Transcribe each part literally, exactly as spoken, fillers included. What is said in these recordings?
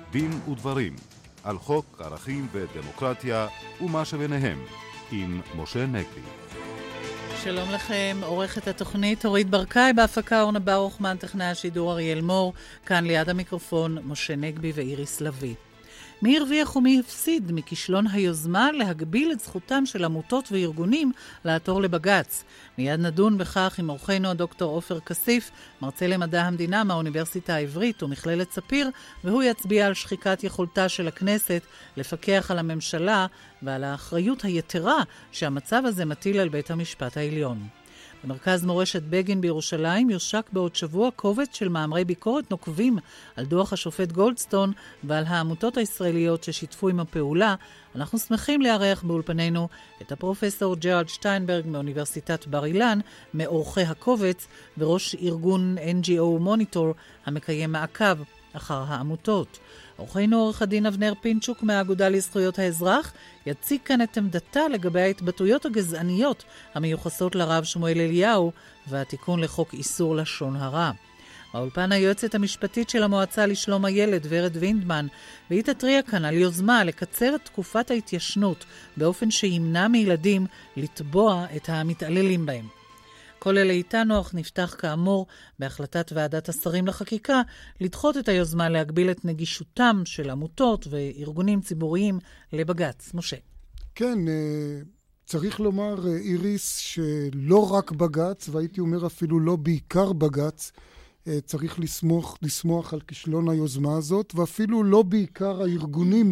דין ודברים על חוק ערכים ודמוקרטיה ומה שביניהם עם משה נגבי. שלום לכם, עורכת התוכנית אורית ברקאי, בהפקה אורנה ברוכמן, טכנאי השידור אריאל מור, כאן ליד המיקרופון משה נגבי ואיריס לוי. מי הרוויח ומי הפסיד מכישלון היוזמה להגביל את זכותם של עמותות וארגונים לעתור לבגץ? מיד נדון בכך עם אורחנו הדוקטור עופר כסיף, מרצה למדע המדינה מהאוניברסיטה העברית ומכללת ספיר, והוא יצביע על שחיקת יכולתה של הכנסת לפקח על הממשלה ועל האחריות היתרה שהמצב הזה מטיל על בית המשפט העליון. במרכז מורשת בגין בירושלים יושק בעוד שבוע קובץ של מאמרי ביקורת נוקבים על דוח השופט גולדסטון ועל העמותות הישראליות ששיתפו עם הפעולה. אנחנו שמחים לארח באולפנינו את הפרופסור ג'רארד שטיינברג מאוניברסיטת בר אילן, מאורחי הקובץ וראש ארגון אן ג'י או מוניטור המקיים מעקב אחר העמותות. אורחנו עורך הדין אבנר פינצ'וק מהאגודה לזכויות האזרח יציג כאן את עמדתה לגבי ההתבטאויות הגזעניות המיוחסות לרב שמואל אליהו והתיקון לחוק איסור לשון הרע. באולפן היועצת המשפטית של המועצה לשלום הילד ורד וינדמן, והיא תטריע כאן על יוזמה לקצר את תקופת ההתיישנות באופן שימנע מילדים לתבוע את המתעללים בהם. כל אלה איתנו, אך נפתח כאמור בהחלטת ועדת השרים לחקיקה לדחות את היוזמה להגביל את נגישותם של עמותות וארגונים ציבוריים לבגץ. משה. כן, צריך לומר, איריס, שלא רק בגץ, והייתי אומר אפילו לא בעיקר בגץ, צריך לסמוך, לסמוך על כישלון היוזמה הזאת, ואפילו לא בעיקר הארגונים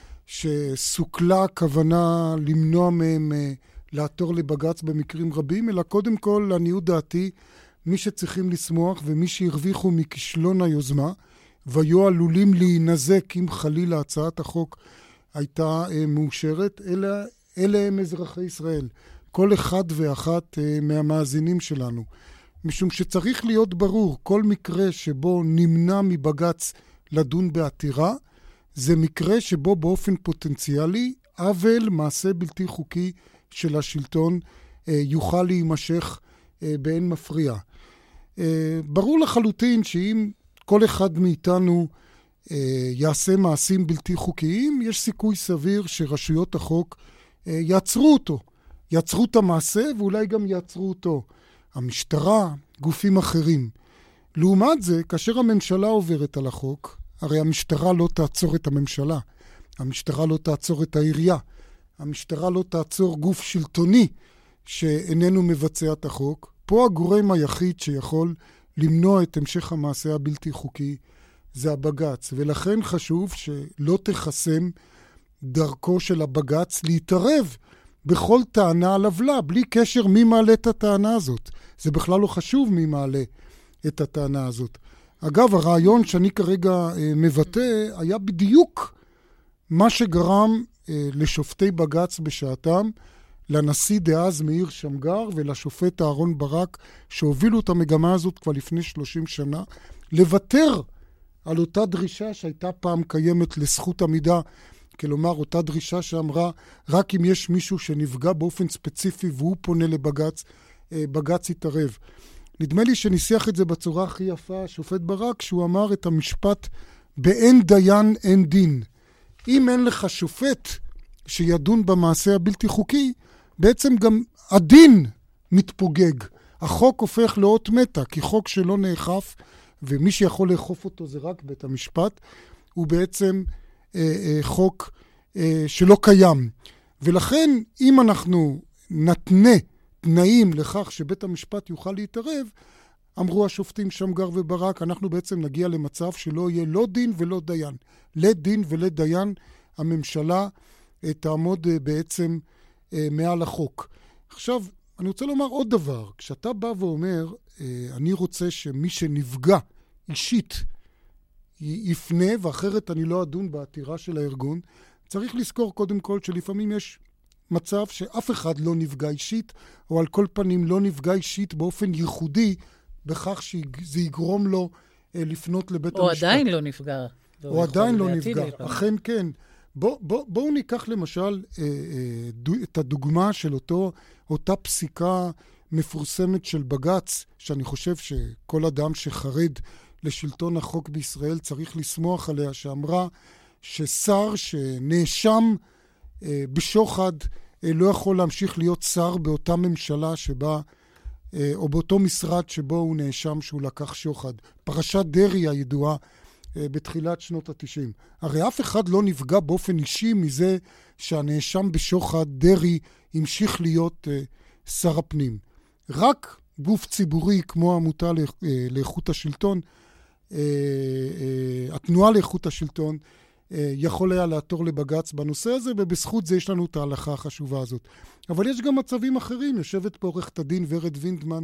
שסוכלה הכוונה למנוע מהם לעתור לבגץ במקרים רבים, אלא קודם כל, לעניות דעתי, מי שצריכים לסמוך ומי שהרוויחו מכישלון היוזמה, והיו עלולים להינזק אם חלילה הצעת החוק הייתה אה, מאושרת, אלא אלה הם אזרחי ישראל, כל אחד ואחת אה, מהמאזינים שלנו. משום שצריך להיות ברור, כל מקרה שבו נמנע מבגץ לדון בעתירה, זה מקרה שבו באופן פוטנציאלי, עוול, מעשה בלתי חוקי, של השלטון יוכל להימשך באין מפריע. ברור לחלוטין שאם כל אחד מאיתנו יעשה מעשים בלתי חוקיים, יש סיכוי סביר שרשויות החוק יעצרו אותו. יעצרו את המעשה ואולי גם יעצרו אותו. המשטרה, גופים אחרים. לעומת זה, כאשר הממשלה עוברת על החוק, הרי המשטרה לא תעצור את הממשלה. המשטרה לא תעצור את העירייה. המשטרה לא תעצור גוף שלטוני שאיננו מבצע את החוק. פה הגורם היחיד שיכול למנוע את המשך המעשה הבלתי חוקי זה הבגץ. ולכן חשוב שלא תחסם דרכו של הבגץ להתערב בכל טענה על עוולה, בלי קשר מי מעלה את הטענה הזאת. זה בכלל לא חשוב מי מעלה את הטענה הזאת. אגב, הרעיון שאני כרגע מבטא היה בדיוק מה שגרם לשופטי בגץ בשעתם, לנשיא דאז מאיר שמגר ולשופט אהרון ברק, שהובילו את המגמה הזאת כבר לפני שלושים שנה, לוותר על אותה דרישה שהייתה פעם קיימת לזכות עמידה, כלומר אותה דרישה שאמרה, רק אם יש מישהו שנפגע באופן ספציפי והוא פונה לבגץ, בגץ יתערב. נדמה לי שניסח את זה בצורה הכי יפה, שופט ברק, שהוא אמר את המשפט, באין דיין אין דין. אם אין לך שופט שידון במעשה הבלתי חוקי, בעצם גם הדין מתפוגג. החוק הופך לאות מתה, כי חוק שלא נאכף, ומי שיכול לאכוף אותו זה רק בית המשפט, הוא בעצם אה, אה, חוק אה, שלא קיים. ולכן, אם אנחנו נתנה תנאים לכך שבית המשפט יוכל להתערב, אמרו השופטים שמגר וברק, אנחנו בעצם נגיע למצב שלא יהיה לא דין ולא דיין. לדין ולדיין הממשלה תעמוד בעצם מעל החוק. עכשיו, אני רוצה לומר עוד דבר. כשאתה בא ואומר, אני רוצה שמי שנפגע אישית יפנה, ואחרת אני לא אדון בעתירה של הארגון, צריך לזכור קודם כל שלפעמים יש מצב שאף אחד לא נפגע אישית, או על כל פנים לא נפגע אישית באופן ייחודי, בכך שזה יגרום לו לפנות לבית או המשפט. או עדיין לא נפגע. או עדיין לא נפגע. אכן כן. בוא, בוא, בואו ניקח למשל אה, אה, דו, את הדוגמה של אותו, אותה פסיקה מפורסמת של בגץ, שאני חושב שכל אדם שחרד לשלטון החוק בישראל, צריך לסמוך עליה, שאמרה ששר שנאשם אה, בשוחד אה, לא יכול להמשיך להיות שר באותה ממשלה שבה, אה, או באותו משרד שבו הוא נאשם שהוא לקח שוחד. פרשת דרעי הידועה אה, בתחילת שנות ה-תשעים. הרי אף אחד לא נפגע באופן אישי מזה שהנאשם בשוחד דרעי המשיך להיות אה, שר הפנים. רק גוף ציבורי כמו העמותה לאיכות השלטון, התנועה לאיכות השלטון, יכול היה לעתור לבג"ץ בנושא הזה, ובזכות זה יש לנו את ההלכה החשובה הזאת. אבל יש גם מצבים אחרים. יושבת פה עורכת הדין ורד וינדמן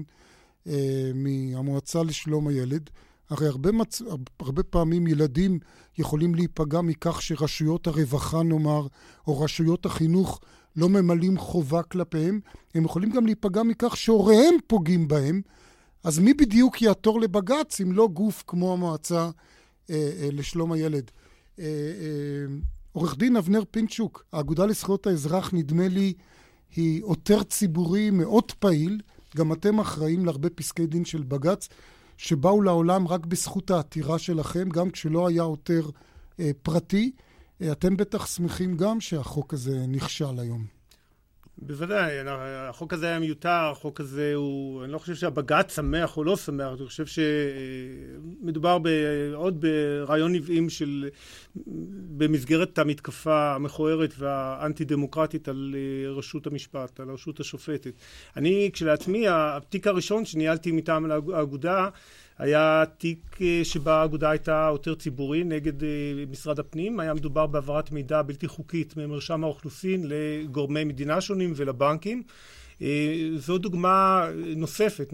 מהמועצה לשלום הילד. הרי הרבה, מצ... הרבה פעמים ילדים יכולים להיפגע מכך שרשויות הרווחה נאמר, או רשויות החינוך לא ממלאים חובה כלפיהם. הם יכולים גם להיפגע מכך שהוריהם פוגעים בהם. אז מי בדיוק יעתור לבג"ץ אם לא גוף כמו המועצה אה, אה, לשלום הילד? אה, אה, עורך דין אבנר פינצ'וק, האגודה לזכויות האזרח, נדמה לי, היא עותר ציבורי מאוד פעיל. גם אתם אחראים להרבה פסקי דין של בג"ץ, שבאו לעולם רק בזכות העתירה שלכם, גם כשלא היה עותר אה, פרטי. אה, אתם בטח שמחים גם שהחוק הזה נכשל היום. בוודאי, החוק הזה היה מיותר, החוק הזה הוא, אני לא חושב שהבג"ץ שמח או לא שמח, אני חושב שמדובר עוד ברעיון נבעים של, במסגרת המתקפה המכוערת והאנטי-דמוקרטית על רשות המשפט, על רשות השופטת. אני, כשלעצמי, התיק הראשון שניהלתי מטעם האגודה, היה תיק שבה האגודה הייתה יותר ציבורי נגד משרד הפנים. היה מדובר בעברת מידע בלתי חוקית ממרשם האוכלוסין לגורמי מדינה שונים ולבנקים. זו דוגמה נוספת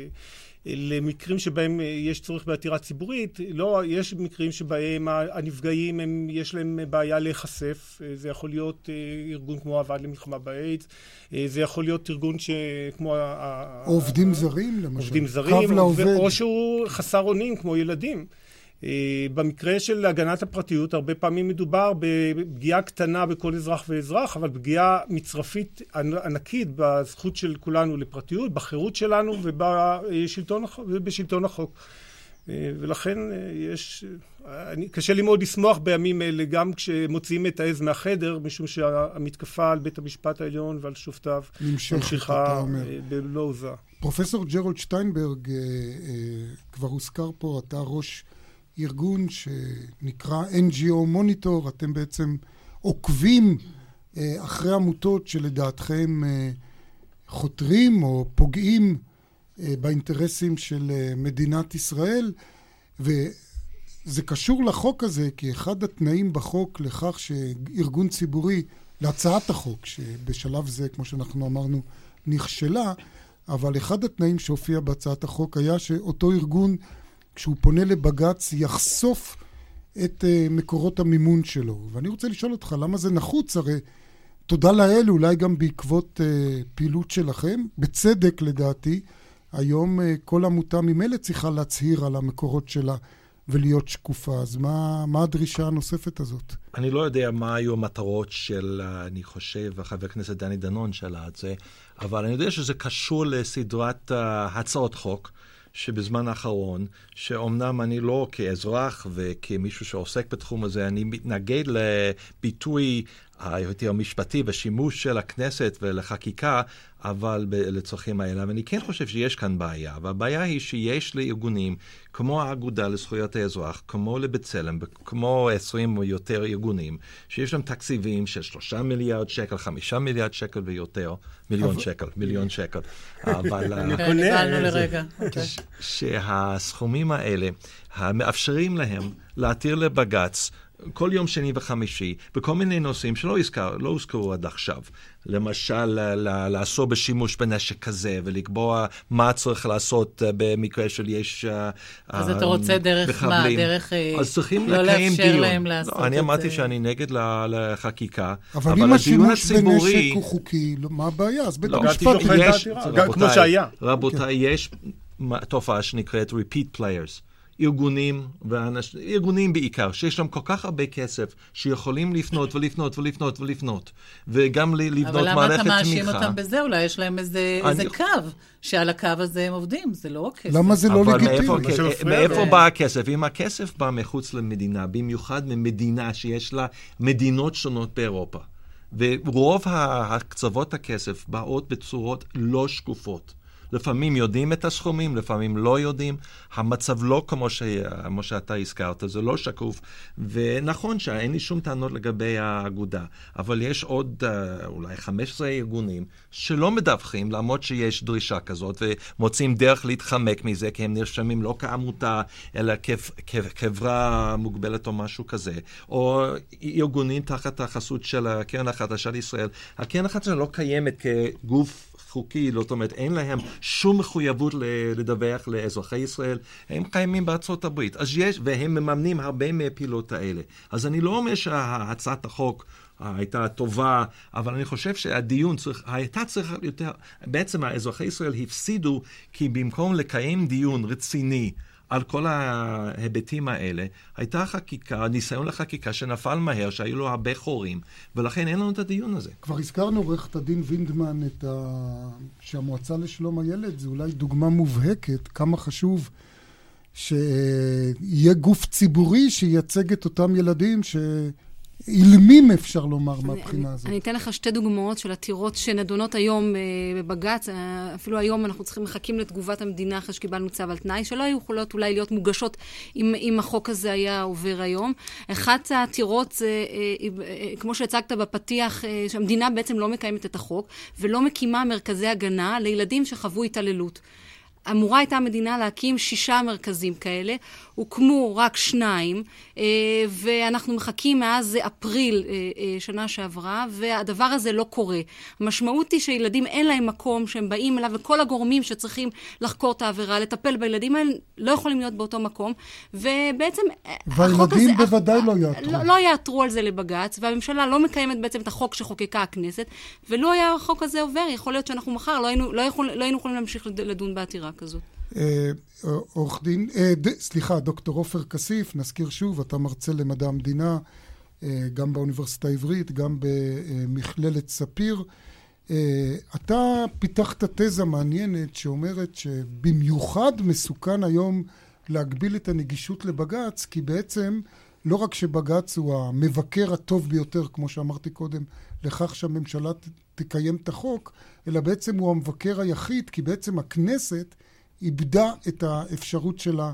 למקרים שבהם יש צורך בעתירה ציבורית. לא, יש מקרים שבהם הנפגעים הם, יש להם בעיה להיחשף. זה יכול להיות ארגון כמו הוועד למלחמה באיידס, זה יכול להיות ארגון שכמו עובדים זרים למשל, עובדים זרים, או שהוא חסר אונים כמו ילדים. במקרה של הגנת הפרטיות הרבה פעמים מדובר בפגיעה קטנה בכל אזרח ואזרח, אבל פגיעה מצרפית ענקית בזכות של כולנו לפרטיות, בחירות שלנו ובשלטון, ובשלטון החוק. ולכן יש, אני, קשה לי מאוד לשמוח בימים אלה, גם כשמוציאים את העז מהחדר, משום שהמתקפה על בית המשפט העליון ועל שופטיו ממשיכה בלא עוזה. פרופסור ג'רולד שטיינברג, כבר הוזכר פה, אתה ראש ארגון שנקרא אן ג'י או Monitor. אתם בעצם עוקבים אחרי עמותות שלדעתכם חותרים או פוגעים באינטרסים של מדינת ישראל, וזה קשור לחוק הזה, כי אחד התנאים בחוק לכך שארגון ציבורי, להצעת החוק, שבשלב זה, כמו שאנחנו אמרנו, נכשלה, אבל אחד התנאים שהופיע בהצעת החוק היה שאותו ארגון, כשהוא פונה לבג"ץ, יחשוף את מקורות המימון שלו. ואני רוצה לשאול אותך, למה זה נחוץ? הרי תודה לאל, אולי גם בעקבות פעילות שלכם, בצדק לדעתי, היום כל עמותה ממילא צריכה להצהיר על המקורות שלה ולהיות שקופה. אז מה, מה הדרישה הנוספת הזאת? אני לא יודע מה היו המטרות של, אני חושב, חבר הכנסת דני דנון שאלה את זה, אבל אני יודע שזה קשור לסדרת uh, הצעות חוק, שבזמן האחרון, שאומנם אני לא כאזרח וכמישהו שעוסק בתחום הזה, אני מתנגד לביטוי היותר משפטי ושימוש של הכנסת ולחקיקה, אבל לצרכים האלה. ואני כן חושב שיש כאן בעיה, והבעיה היא שיש לארגונים כמו האגודה לזכויות האזרח, כמו לבצלם, כמו עשרים או יותר ארגונים, שיש להם תקציבים של שלושה מיליארד שקל, חמישה מיליארד שקל ויותר, מיליון שקל, מיליון שקל. אבל נבלנו לרגע. שהסכומים האלה מאפשרים להם להתיר לבג"ץ כל יום שני וחמישי, בכל מיני נושאים שלא הזכר, לא הוזכרו עד עכשיו. למשל, לעשות בשימוש בנשק כזה, ולקבוע מה צריך לעשות במקרה של יש אז אתה רוצה דרך מה? דרך לא לאפשר להם לעשות את זה? אני אמרתי שאני נגד לחקיקה, אבל אם השימוש בנשק הוא חוקי, מה הבעיה? אז בית המשפט כמו שהיה. רבותיי, יש תופעה שנקראת repeat players. ארגונים, ואנש... ארגונים בעיקר, שיש להם כל כך הרבה כסף, שיכולים לפנות ולפנות ולפנות ולפנות, וגם לבנות מערכת תמיכה. אבל למה אתה מאשים אותם בזה? אולי יש להם איזה, אני... איזה קו, שעל הקו הזה הם עובדים, זה לא כסף. למה זה לא לגיטימי? מאיפה, מאיפה בא הכסף? אם הכסף בא מחוץ למדינה, במיוחד ממדינה שיש לה מדינות שונות באירופה, ורוב הקצוות הכסף באות בצורות לא שקופות. לפעמים יודעים את הסכומים, לפעמים לא יודעים. המצב לא כמו, ש... כמו שאתה הזכרת, זה לא שקוף. ונכון שאין לי שום טענות לגבי האגודה, אבל יש עוד אולי חמישה עשר ארגונים שלא מדווחים, למרות שיש דרישה כזאת, ומוצאים דרך להתחמק מזה, כי הם נרשמים לא כעמותה, אלא כחברה מוגבלת או משהו כזה. או ארגונים תחת החסות של הקרן החדשה לישראל. הקרן החדשה לא קיימת כגוף חוקי, לא זאת אומרת, אין להם שום מחויבות לדווח לאזרחי ישראל, הם קיימים בארצות הברית, אז יש, והם מממנים הרבה מהפעילות האלה. אז אני לא אומר שהצעת החוק הייתה טובה, אבל אני חושב שהדיון צריך, הייתה צריכה יותר, בעצם האזרחי ישראל הפסידו, כי במקום לקיים דיון רציני, על כל ההיבטים האלה, הייתה חקיקה, ניסיון לחקיקה שנפל מהר, שהיו לו הרבה חורים, ולכן אין לנו את הדיון הזה. כבר הזכרנו עורכת הדין וינדמן את ה... שהמועצה לשלום הילד, זה אולי דוגמה מובהקת, כמה חשוב שיהיה גוף ציבורי שייצג את אותם ילדים ש... אילמים אפשר לומר מהבחינה הזאת. אני אתן לך שתי דוגמאות של עתירות שנדונות היום בבג"ץ. אפילו היום אנחנו צריכים מחכים לתגובת המדינה אחרי שקיבלנו צו על תנאי, שלא היו יכולות אולי להיות מוגשות אם, אם החוק הזה היה עובר היום. אחת העתירות, כמו שהצגת בפתיח, שהמדינה בעצם לא מקיימת את החוק, ולא מקימה מרכזי הגנה לילדים שחוו התעללות. אמורה הייתה המדינה להקים שישה מרכזים כאלה, הוקמו רק שניים, ואנחנו מחכים מאז אפריל שנה שעברה, והדבר הזה לא קורה. המשמעות היא שילדים אין להם מקום שהם באים אליו, וכל הגורמים שצריכים לחקור את העבירה, לטפל בילדים האלה, לא יכולים להיות באותו מקום, ובעצם והילדים בוודאי לא יעתרו. לא, לא יעתרו על זה לבג"ץ, והממשלה לא מקיימת בעצם את החוק שחוקקה הכנסת, ולא היה החוק הזה עובר, יכול להיות שאנחנו מחר לא היינו, לא יכול, לא היינו יכולים להמשיך לדון בעתירה כזאת. עורך דין, סליחה, דוקטור עופר כסיף, נזכיר שוב, אתה מרצה למדע המדינה, גם באוניברסיטה העברית, גם במכללת ספיר. אתה פיתחת תזה מעניינת שאומרת שבמיוחד מסוכן היום להגביל את הנגישות לבג"ץ, כי בעצם לא רק שבג"ץ הוא המבקר הטוב ביותר, כמו שאמרתי קודם, לכך שהממשלה תקיים את החוק, אלא בעצם הוא המבקר היחיד, כי בעצם הכנסת איבדה את האפשרות שלה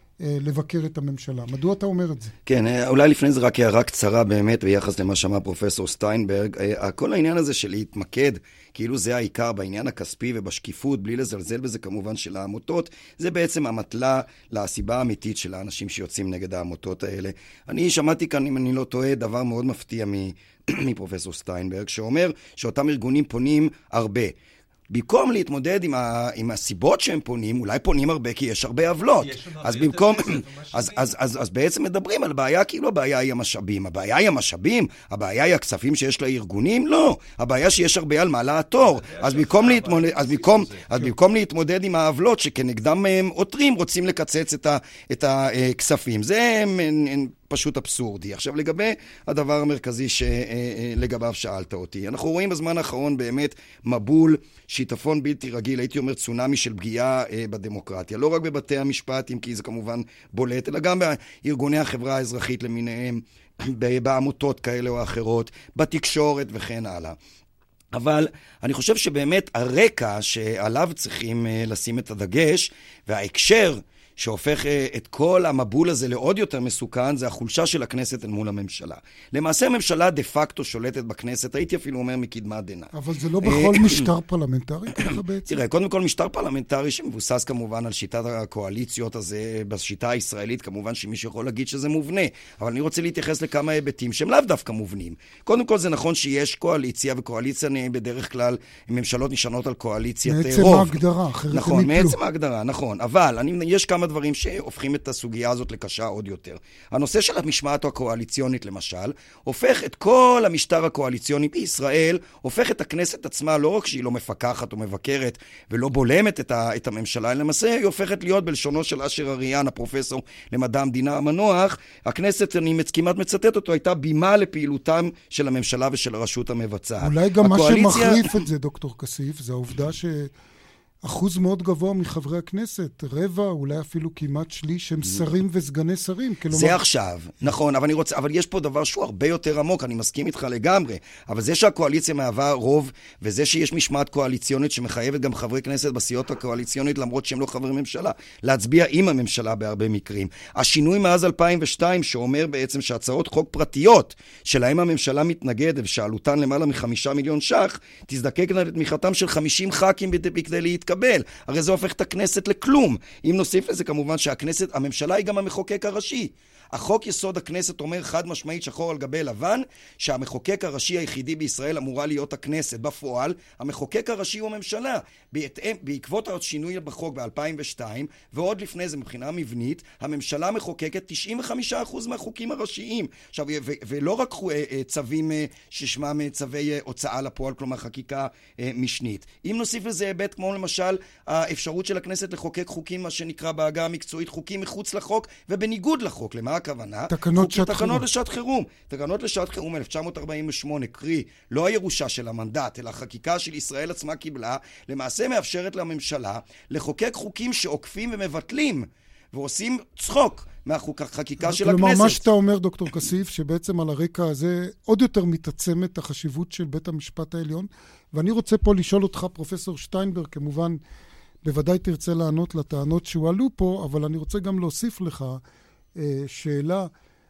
לבקר את הממשלה. מדוע אתה אומר את זה? כן, אולי לפני זה רק הערה קצרה באמת ביחס למה שאמר פרופסור סטיינברג. כל העניין הזה של להתמקד, כאילו זה העיקר בעניין הכספי ובשקיפות, בלי לזלזל בזה כמובן של העמותות, זה בעצם המטלה לסיבה האמיתית של האנשים שיוצאים נגד העמותות האלה. אני שמעתי כאן, אם אני לא טועה, דבר מאוד מפתיע מפרופסור סטיינברג, שאומר שאותם ארגונים פונים הרבה. במקום להתמודד עם, ה, עם הסיבות שהם פונים, אולי פונים הרבה כי יש הרבה עוולות. אז במקום, אז, אז, אז, אז בעצם מדברים על בעיה, כאילו הבעיה היא המשאבים. הבעיה היא המשאבים? הבעיה היא הכספים שיש לארגונים? לא. הבעיה שיש הרבה על מה לעתור. אז במקום להתמודד, אז במקום, אז במקום להתמודד עם העוולות שכנגדם הם עותרים, רוצים לקצץ את ה, את הכספים. זה הם, הם, הם, פשוט אבסורדי. עכשיו, לגבי הדבר המרכזי שלגביו שאלת אותי, אנחנו רואים בזמן האחרון באמת מבול, שיטפון בלתי רגיל, הייתי אומר צונמי של פגיעה בדמוקרטיה. לא רק בבתי המשפט, אם כי זה כמובן בולט, אלא גם בארגוני החברה האזרחית למיניהם, בעמותות כאלה או אחרות, בתקשורת וכן הלאה. אבל אני חושב שבאמת הרקע שעליו צריכים לשים את הדגש, וההקשר שהופך את כל המבול הזה לעוד יותר מסוכן, זה החולשה של הכנסת אל מול הממשלה. למעשה הממשלה דה פקטו שולטת בכנסת, הייתי אפילו אומר מקדמה דנא. אבל זה לא בכל משטר פרלמנטרי ככה בעצם? תראה, קודם כל משטר פרלמנטרי שמבוסס כמובן על שיטת הקואליציות, אז בשיטה הישראלית כמובן שמישהו יכול להגיד שזה מובנה, אבל אני רוצה להתייחס לכמה היבטים שהם לאו דווקא מובנים. קודם כל זה נכון שיש קואליציה, וקואליציה בדרך כלל ממשלות נשענות על קואליציית רוב. מעצם ההגדרה, אחרת נכון, מעצם ההגדרה, נכון. אבל אני, יש כמה הדברים שהופכים את הסוגיה הזאת לקשה עוד יותר. הנושא של המשמעת הקואליציונית למשל, הופך את כל המשטר הקואליציוני בישראל, הופך את הכנסת עצמה לא רק שהיא לא מפקחת או מבקרת ולא בולמת את, ה, את הממשלה, למעשה היא הופכת להיות בלשונו של אשר אריאן, הפרופסור למדע המדינה המנוח, הכנסת, אני כמעט מצטט אותו, הייתה בימה לפעילותם של הממשלה ושל הרשות המבצעת. אולי גם הקואליציה... מה שמחריף את זה, דוקטור כסיף, זה העובדה ש... אחוז מאוד גבוה מחברי הכנסת, רבע, אולי אפילו כמעט שליש, הם שרים וסגני שרים. כלומר... זה עכשיו, נכון, אבל, אני רוצה, אבל יש פה דבר שהוא הרבה יותר עמוק, אני מסכים איתך לגמרי, אבל זה שהקואליציה מהווה רוב, וזה שיש משמעת קואליציונית שמחייבת גם חברי כנסת בסיעות הקואליציונית, למרות שהם לא חברי ממשלה, להצביע עם הממשלה בהרבה מקרים. השינוי מאז אלפיים ושתיים, שאומר בעצם שהצעות חוק פרטיות, שלהם הממשלה מתנגדת, ושעלותן למעלה מחמישה מיליון שח, תזדקק לתמיכתם של חמישים ח"כים בכדי להתקבל. קבל. הרי זה הופך את הכנסת לכלום. אם נוסיף לזה כמובן שהכנסת, הממשלה היא גם המחוקק הראשי. החוק יסוד הכנסת אומר חד משמעית שחור על גבי לבן, שהמחוקק הראשי היחידי בישראל אמורה להיות הכנסת. בפועל, המחוקק הראשי הוא הממשלה. בהתאם, בעקבות השינוי בחוק ב-אלפיים ושתיים, ועוד לפני זה מבחינה מבנית, הממשלה מחוקקת תשעים וחמישה אחוז מהחוקים הראשיים. עכשיו, ו- ו- ולא רק צווים ששמם צווי הוצאה לפועל, כלומר חקיקה משנית. אם נוסיף לזה היבט כמו למשל האפשרות של הכנסת לחוקק חוקים, מה שנקרא בעגה המקצועית, חוקים מחוץ לחוק ובניגוד לחוק. למה הכוונה? תקנות שעת תקנות חירום. לשעת חירום. תקנות לשעת חירום אלף תשע מאות ארבעים ושמונה, קרי, לא הירושה של המנדט, אלא החקיקה של ישראל עצמה קיבלה, למעשה מאפשרת לממשלה לחוקק חוקים שעוקפים ומבטלים, ועושים צחוק מהחקיקה של הכנסת. כלומר, מה שאתה אומר, דוקטור כסיף, שבעצם על הרקע הזה עוד יותר מתעצמת החשיבות של בית המשפט העליון, ואני רוצה פה לשאול אותך, פרופסור שטיינברג, כמובן, בוודאי תרצה לענות לטענות שהועלו פה, אבל אני רוצה גם להוסיף לך שאלה,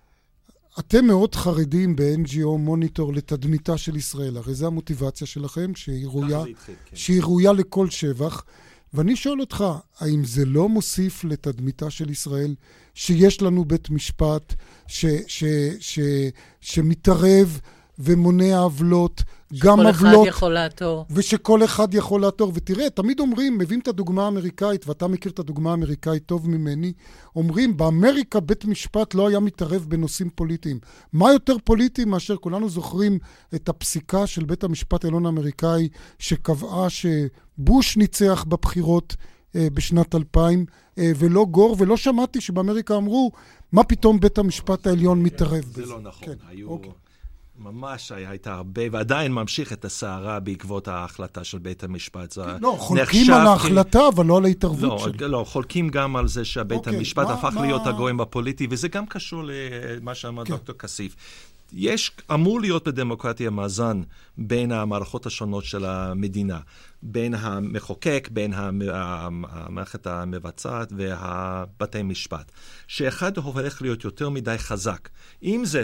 אתם מאוד חרדים ב-אן ג'י או מוניטור לתדמיתה של ישראל, הרי זו המוטיבציה שלכם, שהיא ראויה, שהיא ראויה לכל שבח, ואני שואל אותך, האם זה לא מוסיף לתדמיתה של ישראל, שיש לנו בית משפט ש, ש, ש, שמתערב ומונע עוולות, גם עוולות, שכל אחד יכול לעתור. ושכל אחד יכול לעתור. ותראה, תמיד אומרים, מביאים את הדוגמה האמריקאית, ואתה מכיר את הדוגמה האמריקאית טוב ממני, אומרים, באמריקה בית משפט לא היה מתערב בנושאים פוליטיים. מה יותר פוליטי מאשר כולנו זוכרים את הפסיקה של בית המשפט העליון האמריקאי, שקבעה שבוש ניצח בבחירות אה, בשנת אלפיים, אה, ולא גור, ולא שמעתי שבאמריקה אמרו, מה פתאום בית המשפט העליון מתערב בזה. זה לא נכון, כן, היו... אוקיי. ממש הייתה הרבה, ועדיין ממשיך את הסערה בעקבות ההחלטה של בית המשפט. לא, חולקים על ההחלטה, אבל לא על ההתערבות שלי. לא, חולקים גם על זה שבית המשפט הפך להיות הגורם הפוליטי, וזה גם קשור למה שאמר דוקטור כסיף. יש, אמור להיות בדמוקרטיה מאזן בין המערכות השונות של המדינה, בין המחוקק, בין המערכת המבצעת והבתי משפט, שאחד הולך להיות יותר מדי חזק. אם זה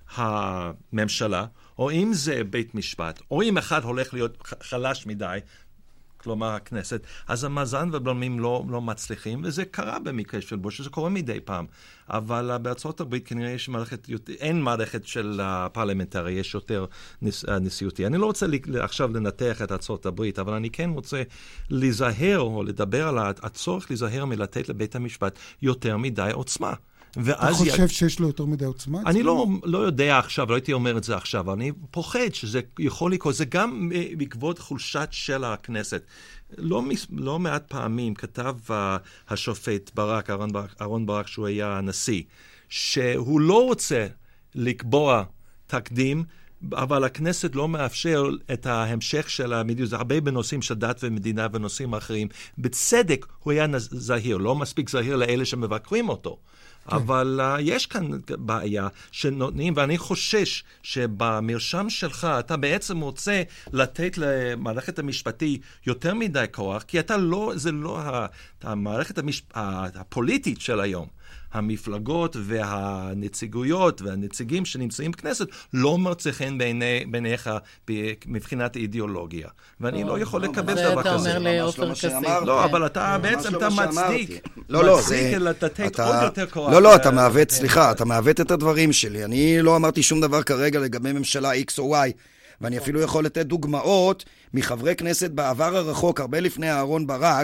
הממשלה, או אם זה בית משפט, או אם אחד הולך להיות חלש מדי, כלומר הכנסת, אז המאזן ובלמים לא, לא מצליחים, וזה קרה במקרה של בוש, זה קורה מדי פעם. אבל בארצות הברית כנראה יש מערכת, אין מערכת של הפרלמנטרי, יש יותר נס, נשיאותי. אני לא רוצה עכשיו לנתח את ארצות הברית, אבל אני כן רוצה להיזהר, או לדבר על הצורך להיזהר מלתת לבית המשפט יותר מדי עוצמה. אתה חושב שיש לו יותר מדי עוצמה? אני לא, לא יודע עכשיו, לא הייתי אומר את זה עכשיו, אבל אני פוחד שזה יכול לקרות, זה גם בעקבות חולשת של הכנסת. לא, לא מעט פעמים כתב uh, השופט ברק, אהרון ברק, אהרון ברק, שהוא היה הנשיא, שהוא לא רוצה לקבוע תקדים, אבל הכנסת לא מאפשר את ההמשך של המדיניות, זה הרבה בנושאים של דת ומדינה ונושאים אחרים. בצדק הוא היה זהיר, לא מספיק זהיר לאלה שמבקרים אותו. אבל uh, יש כאן בעיה שנותנים, ואני חושש שבמרשם שלך אתה בעצם רוצה לתת למערכת המשפטי יותר מדי כוח, כי אתה לא, זה לא המערכת המש... הפוליטית של היום. המפלגות והנציגויות והנציגים שנמצאים בכנסת לא מצליחים בעיני, בעיניך מבחינת אידיאולוגיה. ואני לא יכול לקבל דבר כזה. זה אתה אומר לאופר כסיף. לא, אבל אתה בעצם, אתה מצדיק. לא, לא, מצדיק לתת עוד יותר כוח. לא, לא, אתה מעוות, סליחה, אתה מעוות את הדברים שלי. אני לא אמרתי שום דבר כרגע לגבי ממשלה X או Y, ואני אפילו יכול לתת דוגמאות מחברי כנסת בעבר הרחוק, הרבה לפני אהרון ברק,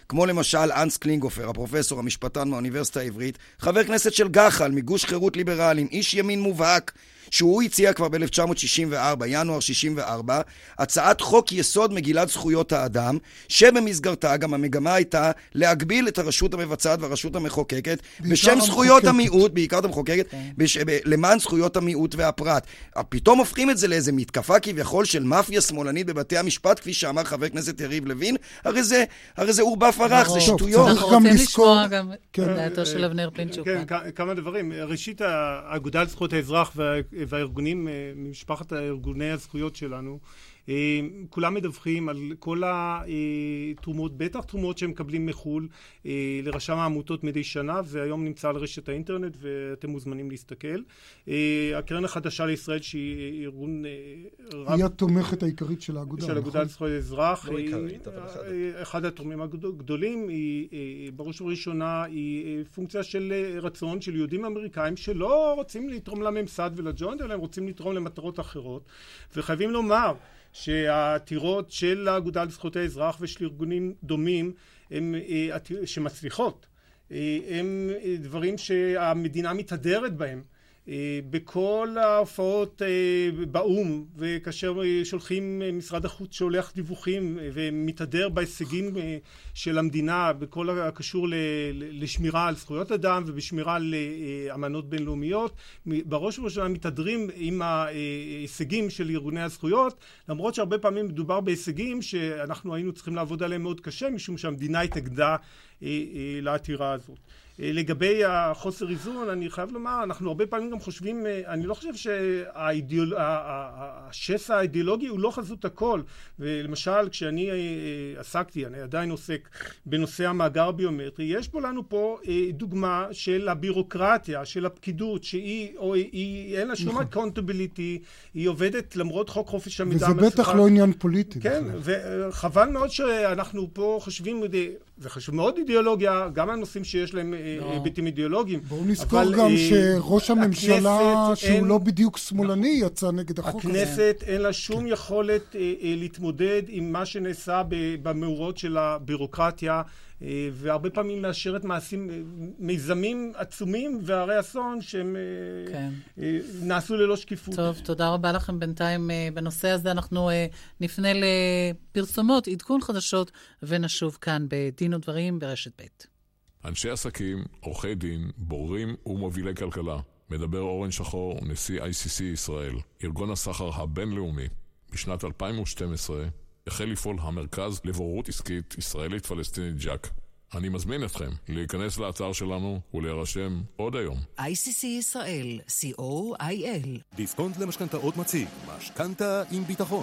כמו למשל אנס קלינגופר, הפרופסור, המשפטן מהאוניברסיטה העברית, חבר כנסת של גחל, מגוש חירות ליברלים, איש ימין מובהק, שהוא הציע כבר ב-אלף תשע מאות שישים וארבע, ינואר שישים וארבע, הצעת חוק יסוד מגילת זכויות האדם, שבמסגרתה גם המגמה הייתה להגביל את הרשות המבצעת והרשות המחוקקת בשם זכויות המיעוט, בעיקר המחוקקת, בש... ב... למען זכויות המיעוט והפרט. פתאום הופכים את זה לאיזה מתקפה כביכול של מאפיה שמאלנית בבתי המשפט, כפי שאמר חבר הכנסת יריב לוין, הרי זה, הרי זה עורבא פרח, זה שטויות. אנחנו רוצים לשמוע גם דעתו של אבנר פינצ'וק. כן, כמה דברים. ראשית, האגודה לזכויות האזרח והארגונים, ממשפחת ארגוני הזכויות שלנו, כולם מדווחים על כל התרומות, בטח תרומות שהם מקבלים מחול לרשם העמותות מדי שנה, והיום נמצא על רשת האינטרנט ואתם מוזמנים להסתכל. הקרן החדשה לישראל, שהיא ארגון רב... היא התומכת העיקרית של האגודה. של האגודה לזכויות האזרח. לא עיקרית, אבל אחד. אחד התורמים הגדולים, היא בראש ובראשונה, היא פונקציה של רצון של יהודים אמריקאים שלא רוצים לתרום לממסד ולג'וינט, אלא הם רוצים לתרום למטרות אחרות. וחייבים לומר שהעתירות של האגודה לזכויות האזרח ושל ארגונים דומים הם, שמצליחות, הם דברים שהמדינה מתהדרת בהם. בכל ההופעות באום, וכאשר שולחים משרד החוץ שולח דיווחים ומתהדר בהישגים של המדינה בכל הקשור לשמירה על זכויות אדם ובשמירה על אמנות בינלאומיות, בראש ובראשונה מתהדרים עם ההישגים של ארגוני הזכויות, למרות שהרבה פעמים מדובר בהישגים שאנחנו היינו צריכים לעבוד עליהם מאוד קשה, משום שהמדינה התאגדה לעתירה הזאת. לגבי החוסר איזון, אני חייב לומר, אנחנו הרבה פעמים גם חושבים, אני לא חושב שהשסע האידיאולוגי הוא לא חזות הכל. ולמשל, כשאני עסקתי, אני עדיין עוסק בנושא המאגר הביומטרי, יש פה לנו פה דוגמה של הבירוקרטיה, של הפקידות, שהיא, או היא, אין לה שום accountability, היא עובדת למרות חוק חופש המידע. וזה בטח לא עניין פוליטי. כן, וחבל מאוד שאנחנו פה חושבים, זה חשוב מאוד אידיאולוגיה, גם הנושאים שיש להם היבטים אידיאולוגיים. בואו נזכור גם שראש הממשלה, שהוא לא בדיוק שמאלני, יצא נגד החוק הזה. הכנסת אין לה שום יכולת להתמודד עם מה שנעשה במאורות של הבירוקרטיה, והרבה פעמים מאשרת מעשים, מיזמים עצומים והרי אסון שהם כן. נעשו ללא שקיפות. טוב, תודה רבה לכם בינתיים. בנושא הזה אנחנו נפנה לפרסומות, עדכון חדשות, ונשוב כאן בדין ודברים ברשת ב'. אנשי עסקים, עורכי דין, בוררים ומובילי כלכלה. מדבר אורן שחור, נשיא איי סי סי ישראל, ארגון הסחר הבינלאומי. בשנת אלפיים ושתים עשרה החל לפעול המרכז לבוררות עסקית ישראלית פלסטינית ג'אק. אני מזמין אתכם להיכנס לאתר שלנו ולהירשם עוד היום. איי סי סי ישראל, סי או איי אל. דיסקונט למשכנתאות מציג, משכנתה עם ביטחון.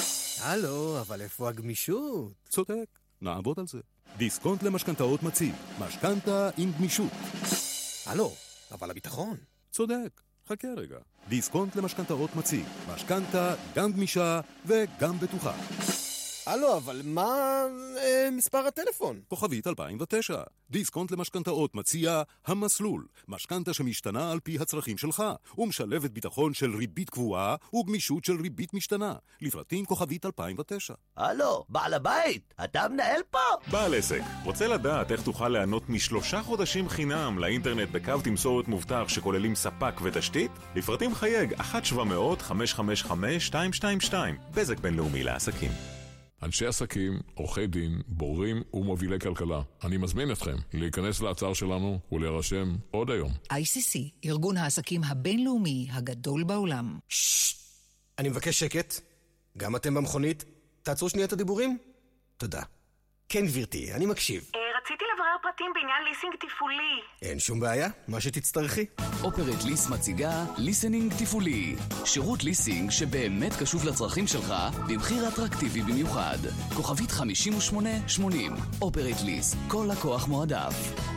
הלו, אבל איפה הגמישות? צודק, נעבוד על זה. דיסקונט למשכנתאות מציג, משכנתה עם גמישות. הלו, אבל הביטחון. צודק, חכה רגע. דיסקונט למשכנתאות מציג, משכנתה גם גמישה וגם בטוחה. הלו, אבל מה אה, מספר הטלפון? כוכבית אלפיים ותשע. דיסקונט למשכנתאות מציע המסלול, משכנתה שמשתנה על פי הצרכים שלך, ומשלבת ביטחון של ריבית קבועה וגמישות של ריבית משתנה. לפרטים כוכבית אלפיים ותשע. הלו, בעל הבית, אתה מנהל פה? בעל עסק, רוצה לדעת איך תוכל ליהנות משלושה חודשים חינם לאינטרנט בקו תמסורת מובטח שכוללים ספק ותשתית? לפרטים חייג אחת שבע מאות חמש חמש חמש שתיים שתיים שתיים. בזק בינלאומי לעסקים. אנשי עסקים, עורכי דין, בוררים ומובילי כלכלה. אני מזמין אתכם להיכנס לאתר שלנו ולהירשם עוד היום. איי סי סי, ארגון העסקים הבינלאומי הגדול בעולם. ששש, אני מבקש שקט. גם אתם במכונית. תעצרו שנייה את הדיבורים. תודה. כן גברתי, אני מקשיב. רציתי לברר פרטים בעניין ליסינג טיפולי. אין שום בעיה, מה שתצטרכי. אופרט ליס מציגה ליסנינג טיפולי. שירות ליסינג שבאמת קשוב לצרכים שלך במחיר אטרקטיבי במיוחד. כוכבית חמישים ושמונה שמונים. אופרט ליס, כל לקוח מועדף.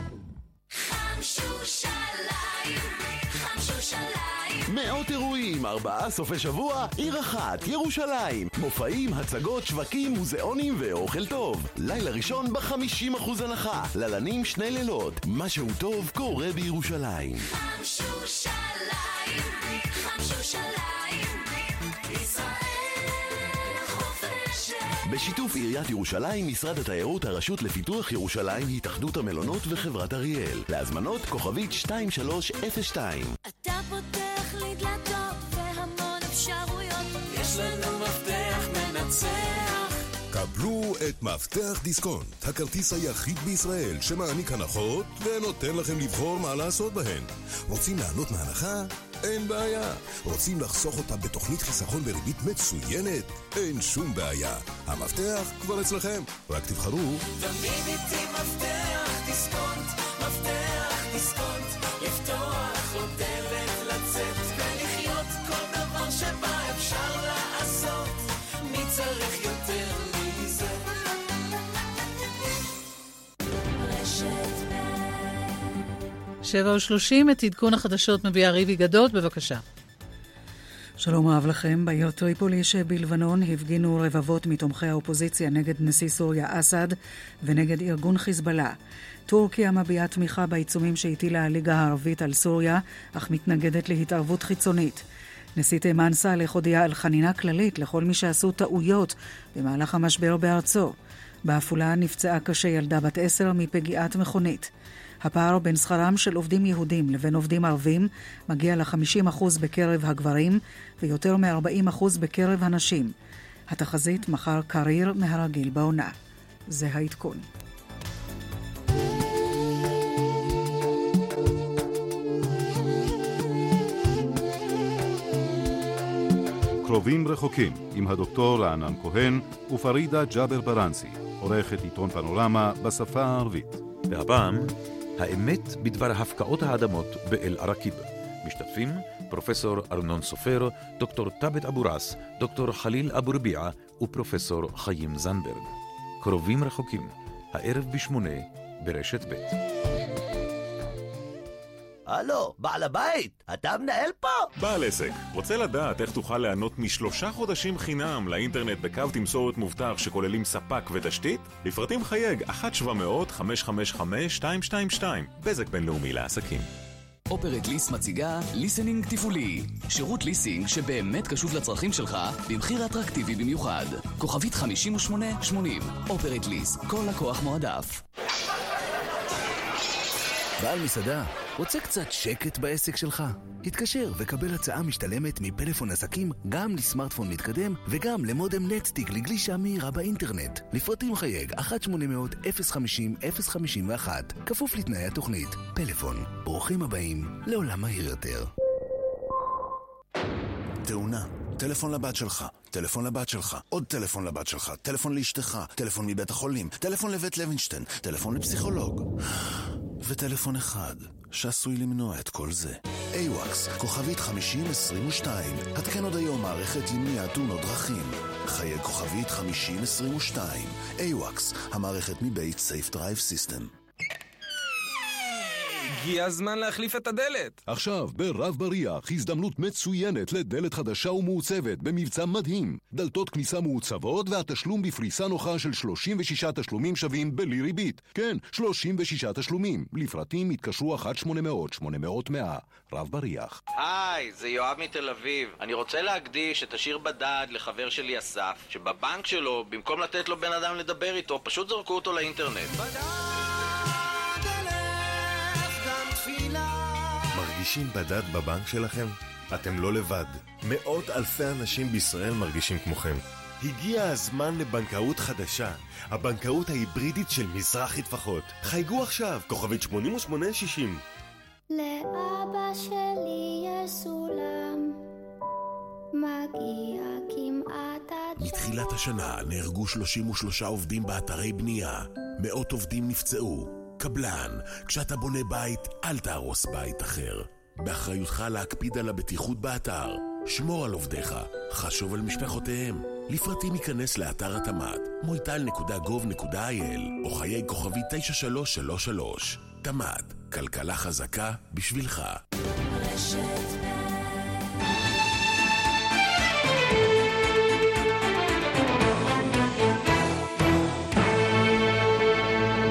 חמשושליים, חמשושליים. מאות אירועים, ארבעה סופי שבוע, עיר אחת, ירושלים. מופעים, הצגות, שווקים, מוזיאונים ואוכל טוב. לילה ראשון ב-חמישים אחוז הנחה. ללנים שני לילות. משהו טוב קורה בירושלים. חמשושליים, חמשושליים. ישראל חופשת. בשיתוף עיריית ירושלים, משרד התיירות, הרשות לפיתוח ירושלים, התאחדות המלונות וחברת אריאל. להזמנות כוכבית שתיים שלוש אפס שתיים. אתה פותח לי דלתות והמון אפשרויות, יש לנו מפתח מנצח. קבלו את מפתח דיסקונט, הכרטיס היחיד בישראל שמעניק הנחות ונותן לכם לבחור מה לעשות בהן. רוצים לענות מהנחה? אין בעיה. רוצים לחסוך אותה בתוכנית חיסכון בריבית מצוינת? אין שום בעיה. המפתח כבר אצלכם, רק תבחרו. תמיד איתי מפתח דיסקונט, מפתח דיסקונט, לפתוח עוד דלת, לצאת ולחיות כל דבר שבא אפשר לעשות. מי צריך יותר מזה? רשת שבע ושלושים, את עדכון החדשות מביאה ריבי גדות, בבקשה. שלום רב לכם. בעיר טריפולי שבלבנון הפגינו רבבות מתומכי האופוזיציה נגד נשיא סוריה אסד ונגד ארגון חיזבאללה. טורקיה מביעה תמיכה בעיצומים שהטילה הליגה הערבית על סוריה, אך מתנגדת להתערבות חיצונית. נשיא תימן סאלח הודיע על חנינה כללית לכל מי שעשו טעויות במהלך המשבר בארצו. בעפולה נפצעה קשה ילדה בת עשר מפגיעת מכונית. הפער בין שכרם של עובדים יהודים לבין עובדים ערבים מגיע ל-חמישים אחוז בקרב הגברים ויותר מ-ארבעים אחוז בקרב הנשים. התחזית מחר קריר מהרגיל בעונה. זה העדכון. קרובים רחוקים עם הדוקטור רענן כהן ופרידה ג'אבר ברנסי, עורכת עיתון פנורמה בשפה הערבית. והפעם האמת בדבר הפקעות האדמות באל-עראקיב. משתתפים פרופסור ארנון סופר, דוקטור תאבת אבו ראס, דוקטור חליל אבו רביעה ופרופסור חיים זנברג. קרובים רחוקים, הערב בשמונה ברשת ב'. הלו, בעל הבית, אתה מנהל פה? בעל עסק, רוצה לדעת איך תוכל ליהנות משלושה חודשים חינם לאינטרנט בקו תמסורת מובטח שכוללים ספק ותשתית? לפרטים חייג אחת שבע מאות חמש חמש חמש שתיים שתיים שתיים, בזק בינלאומי לעסקים. אופרט ליס מציגה ליסנינג טיפולי, שירות ליסינג שבאמת קשוב לצרכים שלך במחיר אטרקטיבי במיוחד. כוכבית חמישים ושמונה שמונים. אופרט ליס, כל לקוח מועדף. בעל מסעדה, רוצה קצת שקט בעסק שלך? התקשר וקבל הצעה משתלמת מפלאפון עסקים גם לסמארטפון מתקדם וגם למודם נטסטיק לגלישה מהירה באינטרנט. לפרטים חייג אחת שמונה מאות אפס חמישים אפס חמישים ואחת, כפוף לתנאי התוכנית. פלאפון, ברוכים הבאים לעולם מהיר יותר. תאונה, טלפון לבת שלך, טלפון לבת שלך, עוד טלפון לבת שלך, טלפון לאשתך, טלפון מבית החולים, טלפון לבית לוינשטיין, טלפון לפסיכולוג. וטלפון אחד שעשוי למנוע את כל זה. איוואקס, כוכבית חמישים עשרים ושתיים. התקן עוד היום מערכת למניעת תאונות דרכים. חיי כוכבית חמישים עשרים ושתיים. איוואקס, המערכת מבית סייף דרייב סיסטם. הגיע הזמן להחליף את הדלת. עכשיו ברב בריח הזדמנות מצוינת לדלת חדשה ומעוצבת במבצע מדהים. דלתות כניסה מעוצבות והתשלום בפריסה נוחה של שלושים ושישה תשלומים שווים בלי ריבית. כן, שלושים ושישה תשלומים. לפרטים התקשרו אחת שמונה מאות שמונה מאות מאה. רב בריח. היי, זה יואב מתל אביב. אני רוצה להקדיש את השיר בדד לחבר שלי אסף, שבבנק שלו, במקום לתת לו בן אדם לדבר איתו, פשוט זרקו אותו לאינטרנט. מרגישים בדד בבנק שלכם? אתם לא לבד. מאות אלפי אנשים בישראל מרגישים כמוכם. הגיע הזמן לבנקאות חדשה. הבנקאות ההיברידית של מזרחי טפחות. חייגו עכשיו, כוכבית שמונים ושמונה שישים. לאבא שלי יש סולם, מגיע כמעט עד... מתחילת השנה נהרגו שלושים ושלושה עובדים באתרי בנייה. מאות עובדים נפצעו. קבלן, כשאתה בונה בית, אל תהרוס בית אחר. באחריותך להקפיד על הבטיחות באתר. שמור על עובדיך, חשוב על משפחותיהם. לפרטים ייכנס לאתר התמ"ת, מויטל נקודה גוב נקודה איי אל, או חיי כוכבי תשע שלוש שלוש שלוש. תמ"ת, כלכלה חזקה בשבילך. רשת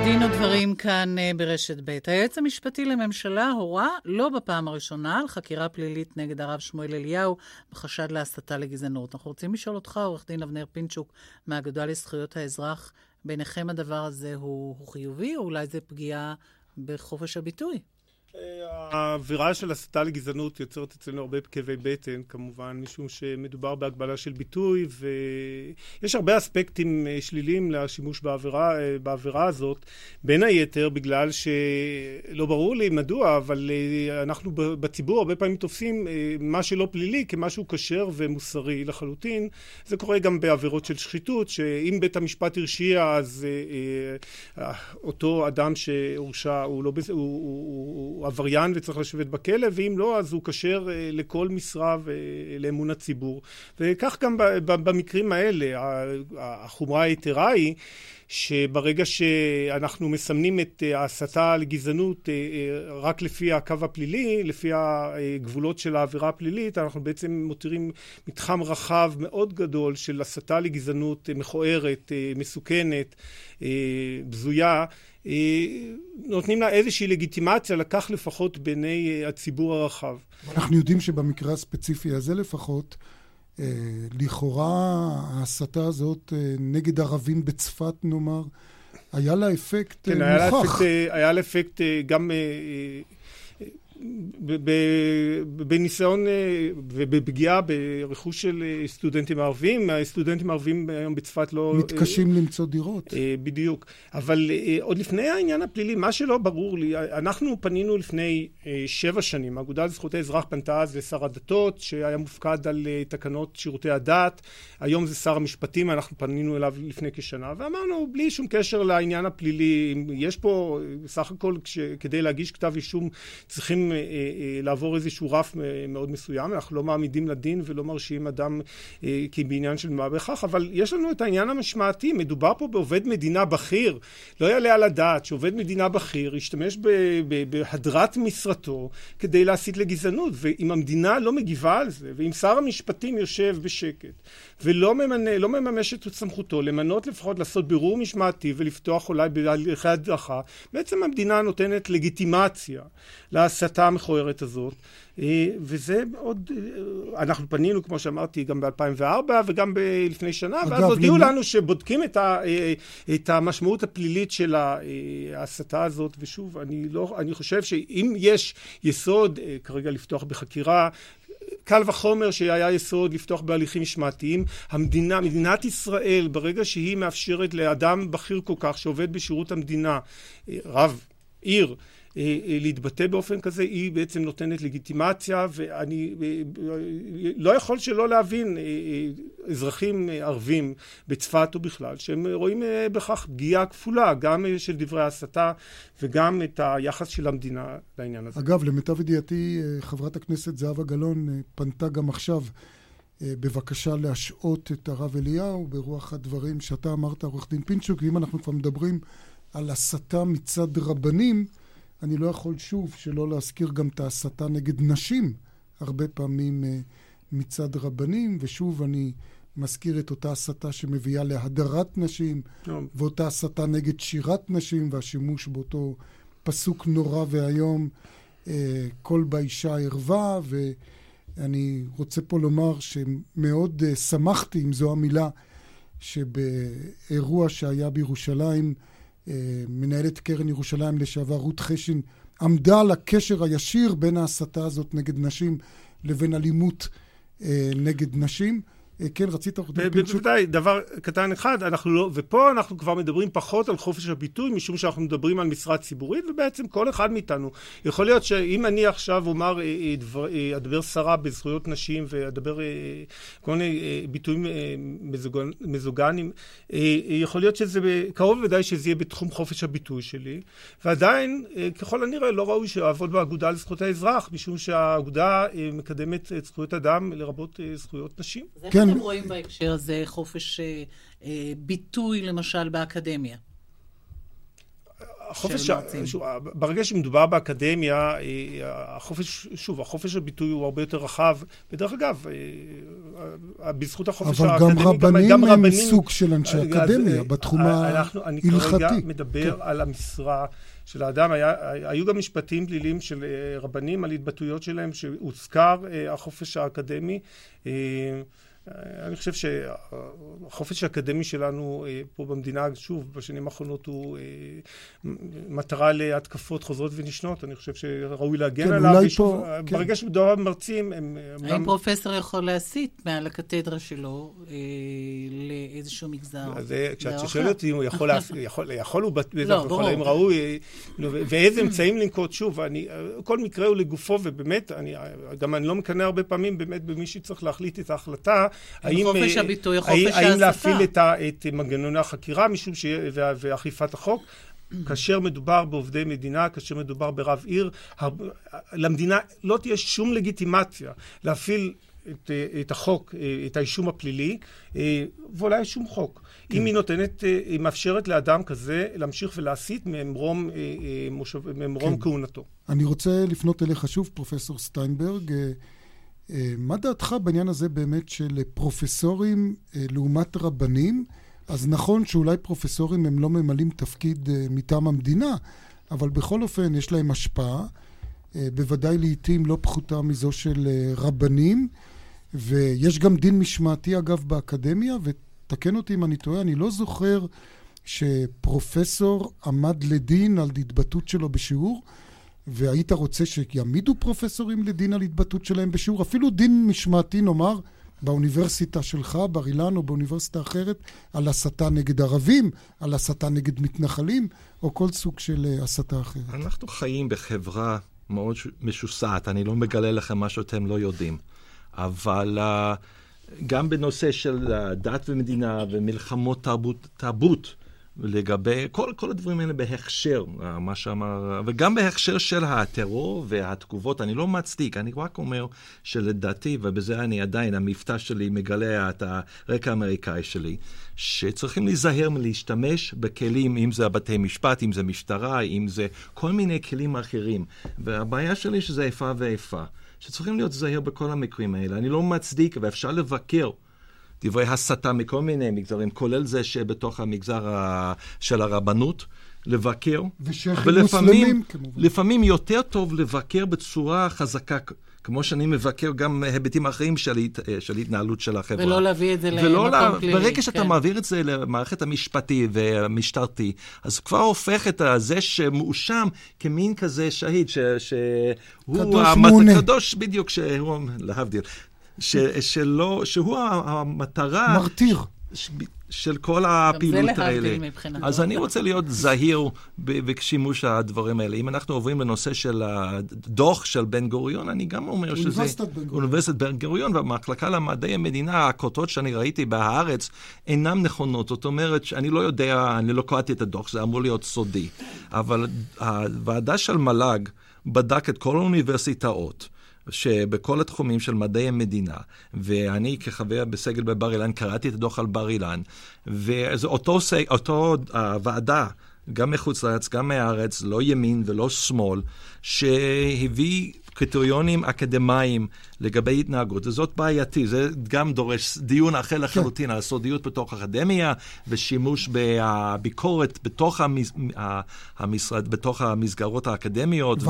בדין ודברים כאן ברשת ב'. היועץ המשפטי לממשלה הורה לא בפעם הראשונה על חקירה פלילית נגד הרב שמואל אליהו בחשד להסתה לגזענות. אנחנו רוצים לשאול אותך, עורך דין אבנר פינצ'וק מהאגודה לזכויות האזרח, ביניכם הדבר הזה הוא, הוא חיובי או אולי זה פגיעה בחופש הביטוי? האווירה של הסתה לגזענות יוצרת אצלנו הרבה כאבי בטן, כמובן, משום שמדובר בהגבלה של ביטוי, ויש הרבה אספקטים שליליים לשימוש בעבירה, בעבירה הזאת, בין היתר בגלל שלא ברור לי מדוע, אבל אנחנו בציבור הרבה פעמים תופסים מה שלא פלילי כמשהו כשר ומוסרי לחלוטין. זה קורה גם בעבירות של שחיתות, שאם בית המשפט הרשיע, אז אותו אדם שהורשע הוא לא הוא, הוא, הוא עבריין וצריך לשבת בכלא, ואם לא, אז הוא כשר לכל משרה ולאמון הציבור. וכך גם במקרים האלה, החומרה היתרה היא, שברגע שאנחנו מסמנים את ההסתה לגזענות רק לפי הקו הפלילי, לפי הגבולות של העבירה הפלילית, אנחנו בעצם מותירים מתחם רחב מאוד גדול של הסתה לגזענות מכוערת, מסוכנת, בזויה, נותנים לה איזושהי לגיטימציה, לקח לפחות בעיני הציבור הרחב. אנחנו יודעים שבמקרה הספציפי הזה לפחות, לכאורה ההסתה הזאת נגד ערבים בצפת נאמר, היה לה אפקט מוכח. היה לה אפקט גם בניסיון ובפגיעה ברכוש של סטודנטים ערבים. הסטודנטים הערבים היום בצפת לא... מתקשים למצוא דירות. בדיוק. אבל עוד לפני העניין הפלילי, מה שלא ברור לי, אנחנו פנינו לפני שבע שנים, האגודה לזכויות האזרח פנתה אז לשר הדתות, שהיה מופקד על תקנות שירותי הדת, היום זה שר המשפטים, אנחנו פנינו אליו לפני כשנה, ואמרנו, בלי שום קשר לעניין הפלילי, יש פה, סך הכל, כדי להגיש כתב אישום, צריכים לעבור איזשהו רף מאוד מסוים, אנחנו לא מעמידים לדין ולא מרשיעים אדם כי בעניין של מה בכך, אבל יש לנו את העניין המשמעתי, מדובר פה בעובד מדינה בכיר, לא יעלה על הדעת שעובד מדינה בכיר ישתמש בהדרת משרתו כדי להסית לגזענות, ואם המדינה לא מגיבה על זה, ואם שר המשפטים יושב בשקט ולא ממנה, לא מממש את סמכותו למנות לפחות לעשות בירור משמעתי ולפתוח אולי בהליכי הדחה, בעצם המדינה נותנת לגיטימציה להסתה המכוערת הזאת, וזה עוד, אנחנו פנינו כמו שאמרתי גם ב-אלפיים וארבע וגם לפני שנה, ואז הודיעו לנו שבודקים את, ה, את המשמעות הפלילית של ההסתה הזאת, ושוב אני, לא, אני חושב שאם יש יסוד כרגע לפתוח בחקירה, קל וחומר שהיה יסוד לפתוח בהליכים משמעתיים, המדינה, מדינת ישראל, ברגע שהיא מאפשרת לאדם בכיר כל כך שעובד בשירות המדינה, רב, עיר, להתבטא באופן כזה, היא בעצם נותנת לגיטימציה, ואני לא יכול שלא להבין אזרחים ערבים בצפת או בכלל, שהם רואים בכך פגיעה כפולה, גם של דברי ההסתה וגם את היחס של המדינה לעניין הזה. אגב, למיטב ידיעתי, חברת הכנסת זהבה גלאון פנתה גם עכשיו בבקשה להשעות את הרב אליהו ברוח הדברים שאתה אמרת, עורך דין פינצ'וק, ואם אנחנו כבר מדברים על הסתה מצד רבנים, אני לא יכול שוב שלא להזכיר גם את ההסתה נגד נשים, הרבה פעמים מצד רבנים, ושוב אני מזכיר את אותה הסתה שמביאה להדרת נשים, ואותה הסתה נגד שירת נשים, והשימוש באותו פסוק נורא והיום, כל באישה ערווה, ואני רוצה פה לומר שמאוד שמחתי, אם זו המילה, שבאירוע שהיה בירושלים, מנהלת קרן ירושלים לשעבר רות חשין עמדה על הקשר הישיר בין ההסתה הזאת נגד נשים לבין אלימות נגד נשים. כן, רצית? בוודאי, דבר קטן אחד, אנחנו לא, ופה אנחנו כבר מדברים פחות על חופש הביטוי, משום שאנחנו מדברים על משרה ציבורית, ובעצם כל אחד מאיתנו. יכול להיות שאם אני עכשיו אומר, אדבר שרה בזכויות נשים, ואדבר כל מיני ביטויים מזוגנים, יכול להיות שזה, קרוב ודאי שזה יהיה בתחום חופש הביטוי שלי, ועדיין, ככל הנראה, לא ראוי שעבוד באגודה לזכויות האזרח, משום שהאגודה מקדמת את זכויות אדם, לרבות זכויות נשים. כן. אתם רואים בהקשר הזה חופש ביטוי, למשל, באקדמיה? החופש, שוב, ברגע שמדובר באקדמיה, החופש, שוב, החופש הביטוי הוא הרבה יותר רחב, ודרך אגב, בזכות החופש האקדמי, אבל גם רבנים גם הם רבנים, סוג של אנשי אקדמיה, בתחום ההלכתי. אני כרגע מדבר כן. על המשרה של האדם, היה, היו גם משפטים פליליים של רבנים על התבטאויות שלהם, שהוזכר החופש האקדמי, אני חושב שהחופש האקדמי שלנו פה במדינה, שוב, בשנים האחרונות הוא מטרה להתקפות חוזרות ונשנות. אני חושב שראוי להגן כן, עליו. פה, כן. ברגע שמדובר במרצים, הם... האם גם... פרופסור יכול להסיט מעל הקתדרה שלו אה, לאיזשהו מגזר? אז כשאת שואל אותי, הוא יכול, יכול, יכול הוא לא, ברור. האם ראוי, ואיזה אמצעים לנקוט, שוב, אני, כל מקרה הוא לגופו, ובאמת, אני, גם אני לא מקנה הרבה פעמים, באמת, במי שצריך להחליט את ההחלטה, האם, חופש הביטוי, חופש האם, האם להפעיל את, ה, את מנגנוני החקירה משום ש... וה, ואכיפת החוק, כאשר מדובר בעובדי מדינה, כאשר מדובר ברב עיר, הרבה, למדינה לא תהיה שום לגיטימציה להפעיל את, את החוק, את האישום הפלילי, ואולי שום חוק. כן. אם היא נותנת, היא מאפשרת לאדם כזה להמשיך ולהסית ממרום, ממרום כן. כהונתו. אני רוצה לפנות אליך שוב, פרופסור סטיינברג, מה דעתך בעניין הזה באמת של פרופסורים לעומת רבנים? אז נכון שאולי פרופסורים הם לא ממלאים תפקיד מטעם המדינה, אבל בכל אופן יש להם השפעה, בוודאי לעתים לא פחותה מזו של רבנים, ויש גם דין משמעתי אגב באקדמיה, ותקן אותי אם אני טועה, אני לא זוכר שפרופסור עמד לדין על התבטאות שלו בשיעור, והיית רוצה שיעמידו פרופסורים לדין על התבטאות שלהם בשיעור, אפילו דין משמעתי נאמר, באוניברסיטה שלך, בר אילן או באוניברסיטה אחרת, על הסתה נגד ערבים, על הסתה נגד מתנחלים, או כל סוג של הסתה אחרת. אנחנו חיים בחברה מאוד משוסעת, אני לא מגלה לכם מה שאתם לא יודעים, אבל uh, גם בנושא של uh, דת ומדינה ומלחמות תרבות, תרבות, לגבי כל, כל הדברים האלה בהכשר, מה שאמר, וגם בהכשר של הטרור והתגובות, אני לא מצדיק, אני רק אומר שלדעתי, ובזה אני עדיין, המבטא שלי מגלה את הרקע האמריקאי שלי, שצריכים להיזהר מלהשתמש בכלים, אם זה הבתי משפט, אם זה משטרה, אם זה כל מיני כלים אחרים. והבעיה שלי שזה איפה ואיפה, שצריכים להיות זהיר בכל המקרים האלה. אני לא מצדיק, ואפשר לבקר דברי הסתה מכל מיני מגזרים, כולל זה שבתוך המגזר של הרבנות, לבקר. ושייכים מוסלמים, כמובן. לפעמים יותר טוב לבקר בצורה חזקה, כמו שאני מבקר גם היבטים אחרים של, של התנהלות של החברה. ולא להביא את זה למקום פלילי. ברגע שאתה כן. מעביר את זה למערכת המשפטי והמשטרתי, אז כבר הופך את זה שמואשם כמין כזה שהיד, שהוא... קדוש מונה. קדוש בדיוק, שהוא להבדיל. ש, שלא, שהוא המטרה מרתיר ש, של כל הפעילות האלה. אז אני רוצה להיות זהיר בשימוש הדברים האלה. אם אנחנו עוברים לנושא של הדוח של בן גוריון, אני גם אומר שזה אוניברסיטת בן גוריון, והמחלקה למדעי המדינה, הכותות שאני ראיתי בהארץ, אינם נכונות. זאת אומרת, אני לא יודע, אני לא קראתי את הדוח, זה אמור להיות סודי. אבל הוועדה של מל"ג בדק את כל האוניברסיטאות, שבכל התחומים של מדעי המדינה, ואני כחבר בסגל בבר אילן קראתי את הדוח על בר אילן, וזה אותו, אותו uh, ועדה, גם מחוץ לארץ, גם מהארץ, לא ימין ולא שמאל, שהביא קריטריונים אקדמיים לגבי התנהגות. וזאת בעייתי, זה גם דורש דיון אחר לחלוטין, על סודיות בתוך אקדמיה, ושימוש בביקורת בתוך המשרד, בתוך המסגרות האקדמיות.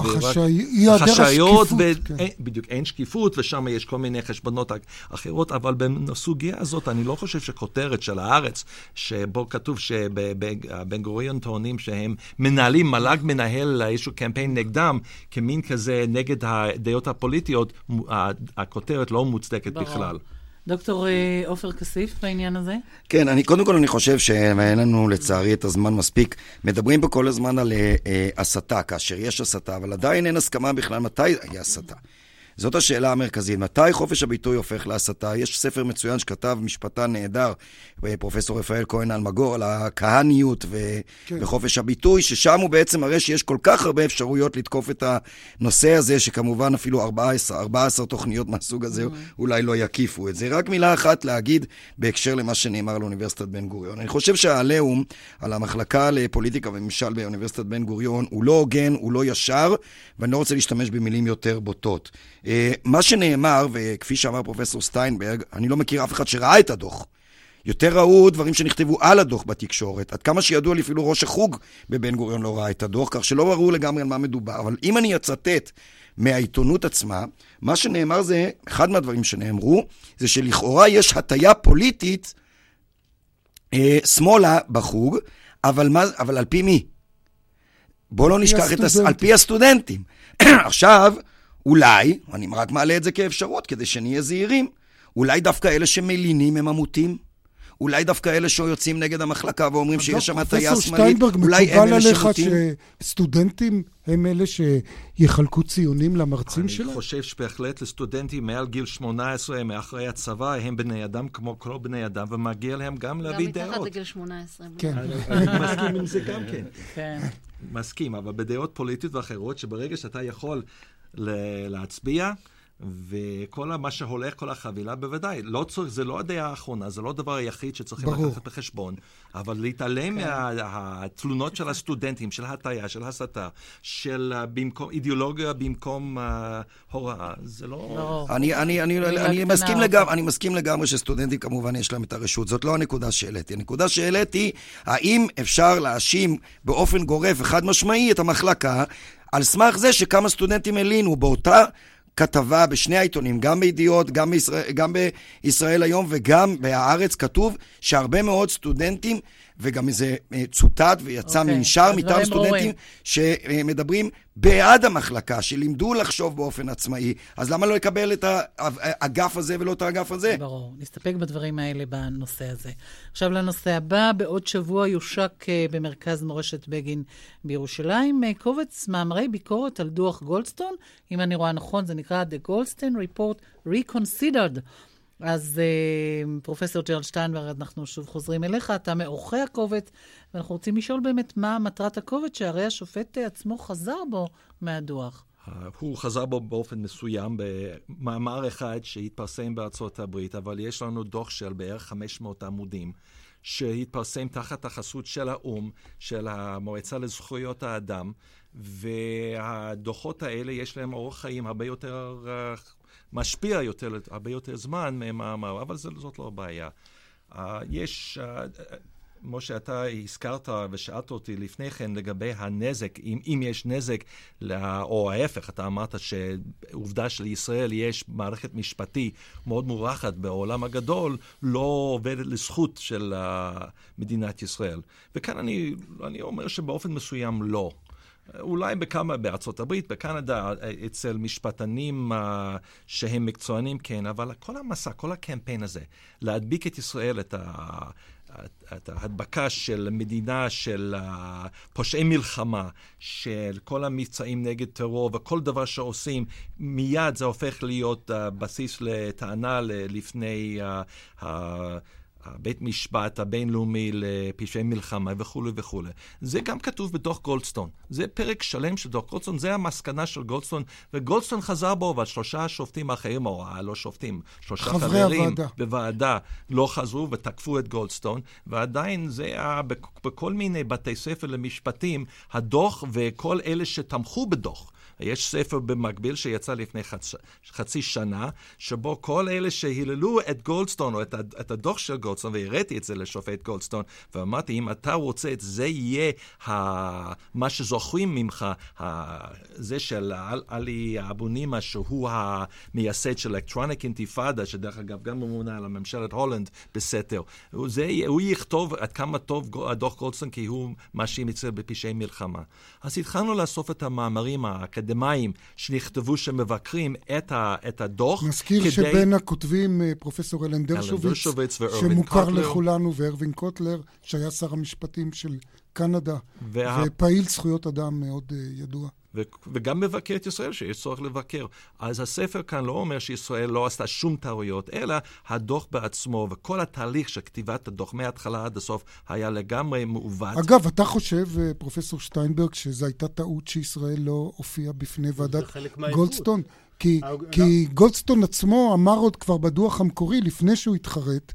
וחשאיות. בדיוק, אין שקיפות, ושם יש כל מיני חשבונות אחרות, אבל בסוגיה הזאת אני לא חושב שכותרת של הארץ, שבו כתוב שבן גוריון טוענים שהם מנהלים, מל"ג מנהל איזשהו קמפיין נגדם, כמין כזה נגד הדעות הפוליטיות, הכותרת לא מוצדקת בכלל. דוקטור עופר כסיף בעניין הזה? כן, אני קודם כל אני חושב שאין לנו לצערי את הזמן מספיק. מדברים פה כל הזמן על הסתה, כאשר יש הסתה, אבל עדיין אין הסכמה בכלל מתי היה הסתה. זאת השאלה המרכזית. מתי חופש הביטוי הופך להסתה? יש ספר מצוין שכתב משפטן נהדר, פרופסור רפאל כהן אלמגור, על הכהניות ו... כן. וחופש הביטוי, ששם הוא בעצם מראה שיש כל כך הרבה אפשרויות לתקוף את הנושא הזה, שכמובן אפילו ארבע עשרה, ארבע עשרה תוכניות מהסוג הזה mm-hmm. אולי לא יקיפו את זה. רק מילה אחת להגיד בהקשר למה שנאמר על אוניברסיטת בן גוריון. אני חושב שהעליהום על המחלקה לפוליטיקה וממשל באוניברסיטת בן גוריון הוא לא הוגן, הוא לא ישר, ואני לא רוצה להשתמש במילים יותר בוטות. מה שנאמר, וכפי שאמר פרופסור סטיינברג, אני לא מכיר אף אחד שראה את הדוח. יותר ראו דברים שנכתבו על הדוח בתקשורת. עד כמה שידוע לי, אפילו ראש החוג בבן גוריון לא ראה את הדוח, כך שלא ברור לגמרי על מה מדובר. אבל אם אני אצטט מהעיתונות עצמה, מה שנאמר זה, אחד מהדברים שנאמרו, זה שלכאורה יש הטיה פוליטית אה, שמאלה בחוג, אבל, מה, אבל על פי מי? בוא לא נשכח את הס... על פי הסטודנטים. עכשיו, אולי, אני רק מעלה את זה כאפשרות, כדי שנהיה זהירים, אולי דווקא אלה שמלינים הם עמותים, אולי דווקא אלה שיוצאים נגד המחלקה ואומרים שיש שם הטיה שמאלית, אולי הם אלה שמותים. מקובל עליך שסטודנטים הם אלה שיחלקו ציונים למרצים שלהם? אני חושב שבהחלט לסטודנטים מעל גיל שמונה עשרה, מאחרי הצבא, הם בני אדם כמו כל בני אדם, ומגיע להם גם להביא דעות. גם מתחת לגיל שמונה עשרה. כן. אני מסכים עם זה גם כן. כן. מסכים, אבל בדעות פוליטיות ואחרות, שברגע שאתה יכול להצביע, וכל מה שהולך, כל החבילה, בוודאי. לא צריך, זה לא הדעה האחרונה, זה לא הדבר היחיד שצריכים לקחת בחשבון. אבל להתעלם מהתלונות של הסטודנטים, של הטעיה, של הסתה, של אידיאולוגיה במקום הוראה, זה לא... אני מסכים לגמרי, אני מסכים לגמרי שסטודנטים כמובן יש להם את הרשות. זאת לא הנקודה שהעליתי. הנקודה שהעליתי, האם אפשר להאשים באופן גורף וחד משמעי את המחלקה, על סמך זה שכמה סטודנטים הלינו באותה כתבה בשני העיתונים, גם בידיעות, גם בישראל, גם בישראל היום וגם בהארץ, כתוב שהרבה מאוד סטודנטים, וגם זה צוטט ויצא okay. מנשר מטעם סטודנטים שמדברים בעד המחלקה, שלימדו לחשוב באופן עצמאי. אז למה לא לקבל את האגף הזה ולא את האגף הזה? ברור, נסתפק בדברים האלה בנושא הזה. עכשיו לנושא הבא, בעוד שבוע יושק במרכז מורשת בגין בירושלים, קובץ מאמרי ביקורת על דוח גולדסטון, אם אני רואה נכון, זה נקרא The Goldstein Report Reconsidered. אז uh, פרופסור ג'רלד שטיינברג, אנחנו שוב חוזרים אליך, אתה מעורכי הקובץ, ואנחנו רוצים לשאול באמת מה מטרת הקובץ, שהרי השופט עצמו חזר בו מהדוח. הוא חזר בו באופן מסוים במאמר אחד שהתפרסם בארצות הברית, אבל יש לנו דוח של בערך חמש מאות עמודים, שהתפרסם תחת החסות של האום, של המועצה לזכויות האדם, והדוחות האלה יש להם אורח חיים הרבה יותר... Uh, משפיע יותר, הרבה יותר זמן ממאמר, אבל זאת לא בעיה. Uh, יש, uh, כמו שאתה הזכרת ושאלת אותי לפני כן לגבי הנזק, אם, אם יש נזק, או ההפך, אתה אמרת שעובדה שלישראל יש מערכת משפטי מאוד מורחת בעולם הגדול, לא עובדת לזכות של uh, מדינת ישראל. וכאן אני, אני אומר שבאופן מסוים לא. אולי בכמה, בארצות הברית, בקנדה, אצל משפטנים uh, שהם מקצוענים, כן, אבל כל המסע, כל הקמפיין הזה, להדביק את ישראל, את, ה, את ההדבקה של מדינה, של uh, פושעי מלחמה, של כל המבצעים נגד טרור, וכל דבר שעושים, מיד זה הופך להיות uh, בסיס לטענה לפני uh, uh, בית משפט הבינלאומי לפשעי מלחמה וכו' וכו'. זה גם כתוב בדוח גולדסטון. זה פרק שלם של דוח גולדסטון, זה המסקנה של גולדסטון, וגולדסטון חזר בו, אבל שלושה שופטים אחרים, או לא שופטים, שלושה חברים הוועדה. בוועדה לא חזרו ותקפו את גולדסטון, ועדיין זה היה בכל מיני בתי ספר למשפטים, הדוח וכל אלה שתמכו בדוח. יש ספר במקביל שיצא לפני חצ... חצי שנה, שבו כל אלה שהיללו את גולדסטון, או את, את הדוח של גולדסטון, והראיתי את זה לשופט גולדסטון, ואמרתי, אם אתה רוצה את זה יהיה ה... מה שזוכרים ממך, ה... זה של עלי אבו נימה, שהוא המייסד של אלקטרוניק אינתיפאדה, שדרך אגב גם ממונה על הממשלת הולנד בסתר. זה... הוא יכתוב עד כמה טוב הדוח גולדסטון, כי הוא מאשים את זה בפשעי מלחמה. אז התחלנו לאסוף את המאמרים האקדמיים, אקדמיים שנכתבו שמבקרים את, ה, את הדוח. נזכיר כדי... שבין הכותבים פרופסור אלן דרשוביץ, שמוכר קוטלר. לכולנו, וארווין קוטלר, שהיה שר המשפטים של קנדה, וה... ופעיל זכויות אדם מאוד uh, ידוע. וגם מבקר את ישראל, שיש צורך לבקר. אז הספר כאן לא אומר שישראל לא עשתה שום טעויות, אלא הדוח בעצמו, וכל התהליך של כתיבת הדוח מההתחלה עד הסוף היה לגמרי מעוות. אגב, אתה חושב, פרופסור שטיינברג, שזו הייתה טעות שישראל לא הופיעה בפני ועדת גולדסטון? כי, כי גולדסטון עצמו אמר עוד כבר בדוח המקורי, לפני שהוא התחרט,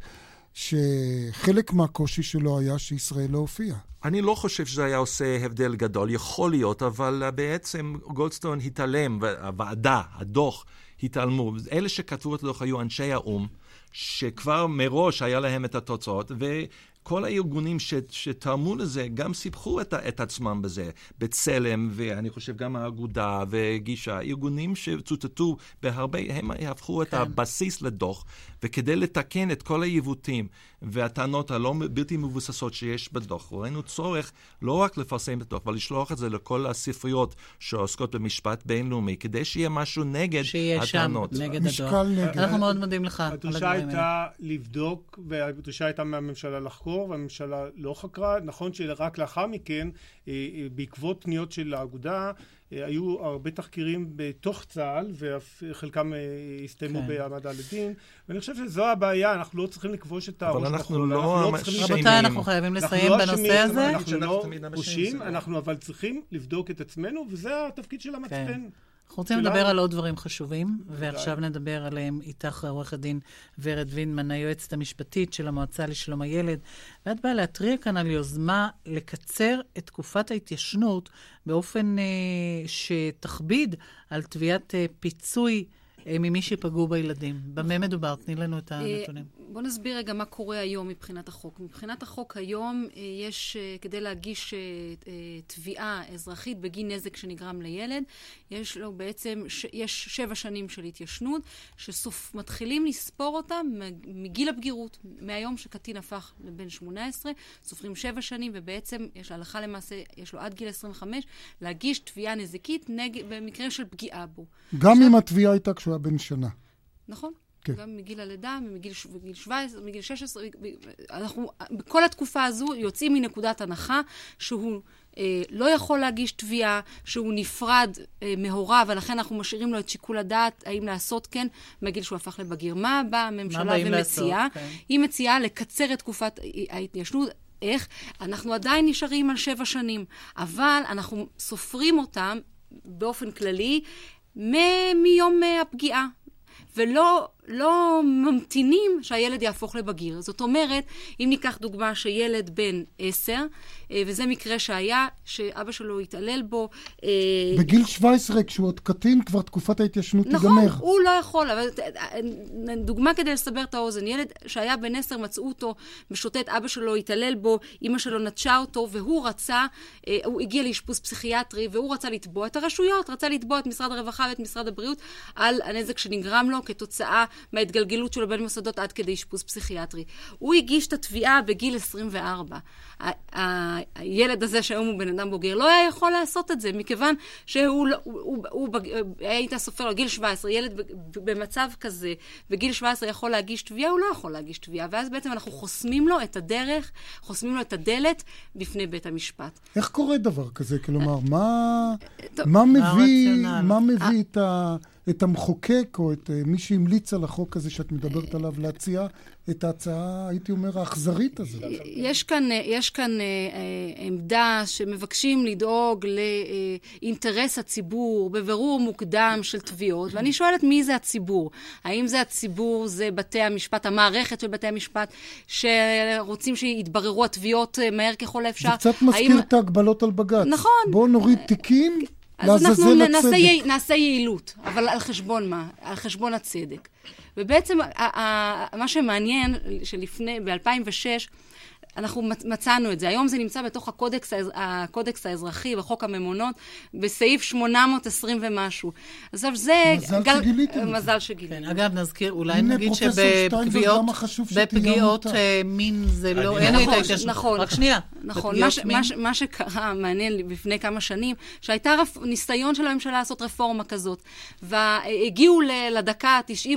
שחלק מהקושי שלו היה שישראל לא הופיעה. אני לא חושב שזה היה עושה הבדל גדול, יכול להיות, אבל בעצם גולדסטון התעלם, והוועדה, הדוח, התעלמו. אלה שכתבו את הדוח היו אנשי האום, שכבר מראש היה להם את התוצאות, וכל הארגונים ש, שתרמו לזה גם סיפחו את, את עצמם בזה. בצלם, ואני חושב גם האגודה וגישה, ארגונים שצוטטו בהרבה, הם הפכו את הבסיס לדוח, וכדי לתקן את כל העיוותים והטענות הלא בלתי מבוססות שיש בדוח, ראינו צורך לא רק לפרסם את הדוח, אבל לשלוח את זה לכל הספריות שעוסקות במשפט בינלאומי, כדי שיהיה משהו נגד הטענות. שיהיה שם, נגד הדוח. אנחנו מאוד מודים לך. הדרישה הייתה לבדוק, והדרישה הייתה מהממשלה לחקור, והממשלה לא חקרה. נכון שרק לאחר מכן, בעקבות פניות של האגודה, היו הרבה תחקירים בתוך צה"ל, וחלקם הסתיימו בהעמדה לדין, ואני חושב שזו הבעיה, אנחנו לא צריכים לכבוש את הראש. אבל אנחנו לא... רבותיי, אנחנו חייבים לסיים בנושא הזה. אנחנו לא פושעים, אנחנו אבל צריכים לבדוק את עצמנו, וזה התפקיד של המצפן. אנחנו רוצים לדבר על עוד דברים חשובים, ועכשיו נדבר עליהם איתך עורך הדין ורד וינמן, היועצת המשפטית של המועצה לשלום הילד, ואת באה להתריע כאן על יוזמה לקצר את תקופת ההתיישנות באופן אה, שתכביד על תביעת אה, פיצוי אה, ממי שפגעו בילדים. במה מדובר? תני לנו את הנתונים. בוא נסביר רגע מה קורה היום מבחינת החוק. מבחינת החוק היום יש, כדי להגיש תביעה אזרחית בגין נזק שנגרם לילד, יש לו בעצם, יש שבע שנים של התיישנות, שמתחילים לספור אותם מגיל הבגירות. מהיום שקטין הפך לבן שמונה עשרה, סופרים שבע שנים, ובעצם יש הלכה למעשה, יש לו עד גיל עשרים וחמש, להגיש תביעה נזיקית נגד, במקרה של פגיעה בו. גם עכשיו, אם התביעה הייתה כשהוא היה בן שנה. נכון. גם מגיל הלידה, מגיל שבע עשרה, מגיל שש עשרה, אנחנו בכל התקופה הזו יוצאים מנקודת הנחה שהוא אה, לא יכול להגיש תביעה, שהוא נפרד אה, מהוריו, ולכן אנחנו משאירים לו את שיקול הדעת, האם לעשות כן, מגיל שהוא הפך לבגיר. מה באה הממשלה ומציעה? כן. היא מציעה לקצר את תקופת ההתיישנות. איך? אנחנו עדיין נשארים על שבע שנים, אבל אנחנו סופרים אותם באופן כללי מ- מיום הפגיעה. ולא לא ממתינים שהילד יהפוך לבגיר. זאת אומרת, אם ניקח דוגמה שילד בן עשר, וזה מקרה שהיה, שאבא שלו התעלל בו. בגיל שבע עשרה, כשהוא עוד קטין, כבר תקופת ההתיישנות תיגמר. נכון, הוא לא יכול. אבל דוגמה כדי לסבר את האוזן, ילד שהיה בן עשר, מצאו אותו משוטט, אבא שלו התעלל בו, אמא שלו נטשה אותו, והוא רצה, הוא הגיע לאשפוז פסיכיאטרי, והוא רצה לתבוע את הרשויות, רצה לתבוע את משרד הרווחה ואת משרד הבריאות, על הנזק שנגרם לו כתוצאה מההתגלגלות שלו בין מוסדות עד כדי אשפוז פסיכיאטרי. הוא הגיש את התביעה בגיל עשרים וארבע. הילד הזה שהיום הוא בן אדם בוגר לא היה יכול לעשות את זה, מכיוון שהוא, הוא, הוא, היית סופר לו גיל שבע עשרה, ילד במצב כזה, בגיל שבע עשרה יכול להגיש תביעה, הוא לא יכול להגיש תביעה, ואז בעצם אנחנו חוסמים לו את הדרך, חוסמים לו את הדלת בפני בית המשפט. איך קורה דבר כזה? כלומר, מה, מה מביא, מה מביא את ה... את המחוקק או את מי שהמליץ על החוק הזה שאת מדברת עליו להציע את ההצעה, הייתי אומר, האכזרית הזאת. יש כאן, יש כאן עמדה שמבקשים לדאוג לאינטרס הציבור בבירור מוקדם של תביעות, ואני שואלת מי זה הציבור? האם זה הציבור, זה בתי המשפט, המערכת של בתי המשפט, שרוצים שיתבררו התביעות מהר ככל האפשר? זה קצת מזכיר האם... את ההגבלות על בג"ץ. נכון. בואו נוריד תיקים. אז אנחנו נעשה, נעשה יעילות, אבל על חשבון מה? על חשבון הצדק. ובעצם מה שמעניין שלפני, ב-אלפיים ושש, אנחנו מצאנו את זה. היום זה נמצא בתוך הקודקס, הקודקס האזרחי, בחוק הממונות, בסעיף שמונה מאות ועשרים ומשהו. עכשיו זה... מזל גל... שגיליתם. מזל שגיליתם. כן, אגב, נזכיר, אולי נגיד שבפגיעות, בפגיעות מין זה לא... אין את ההתיישנות. נכון. רק שנייה. נכון. מה, מה, מה שקרה, מעניין לפני כמה שנים, שהייתה רפ... ניסיון של הממשלה לעשות רפורמה כזאת, והגיעו לדקה ה-תשעים, רצו לה...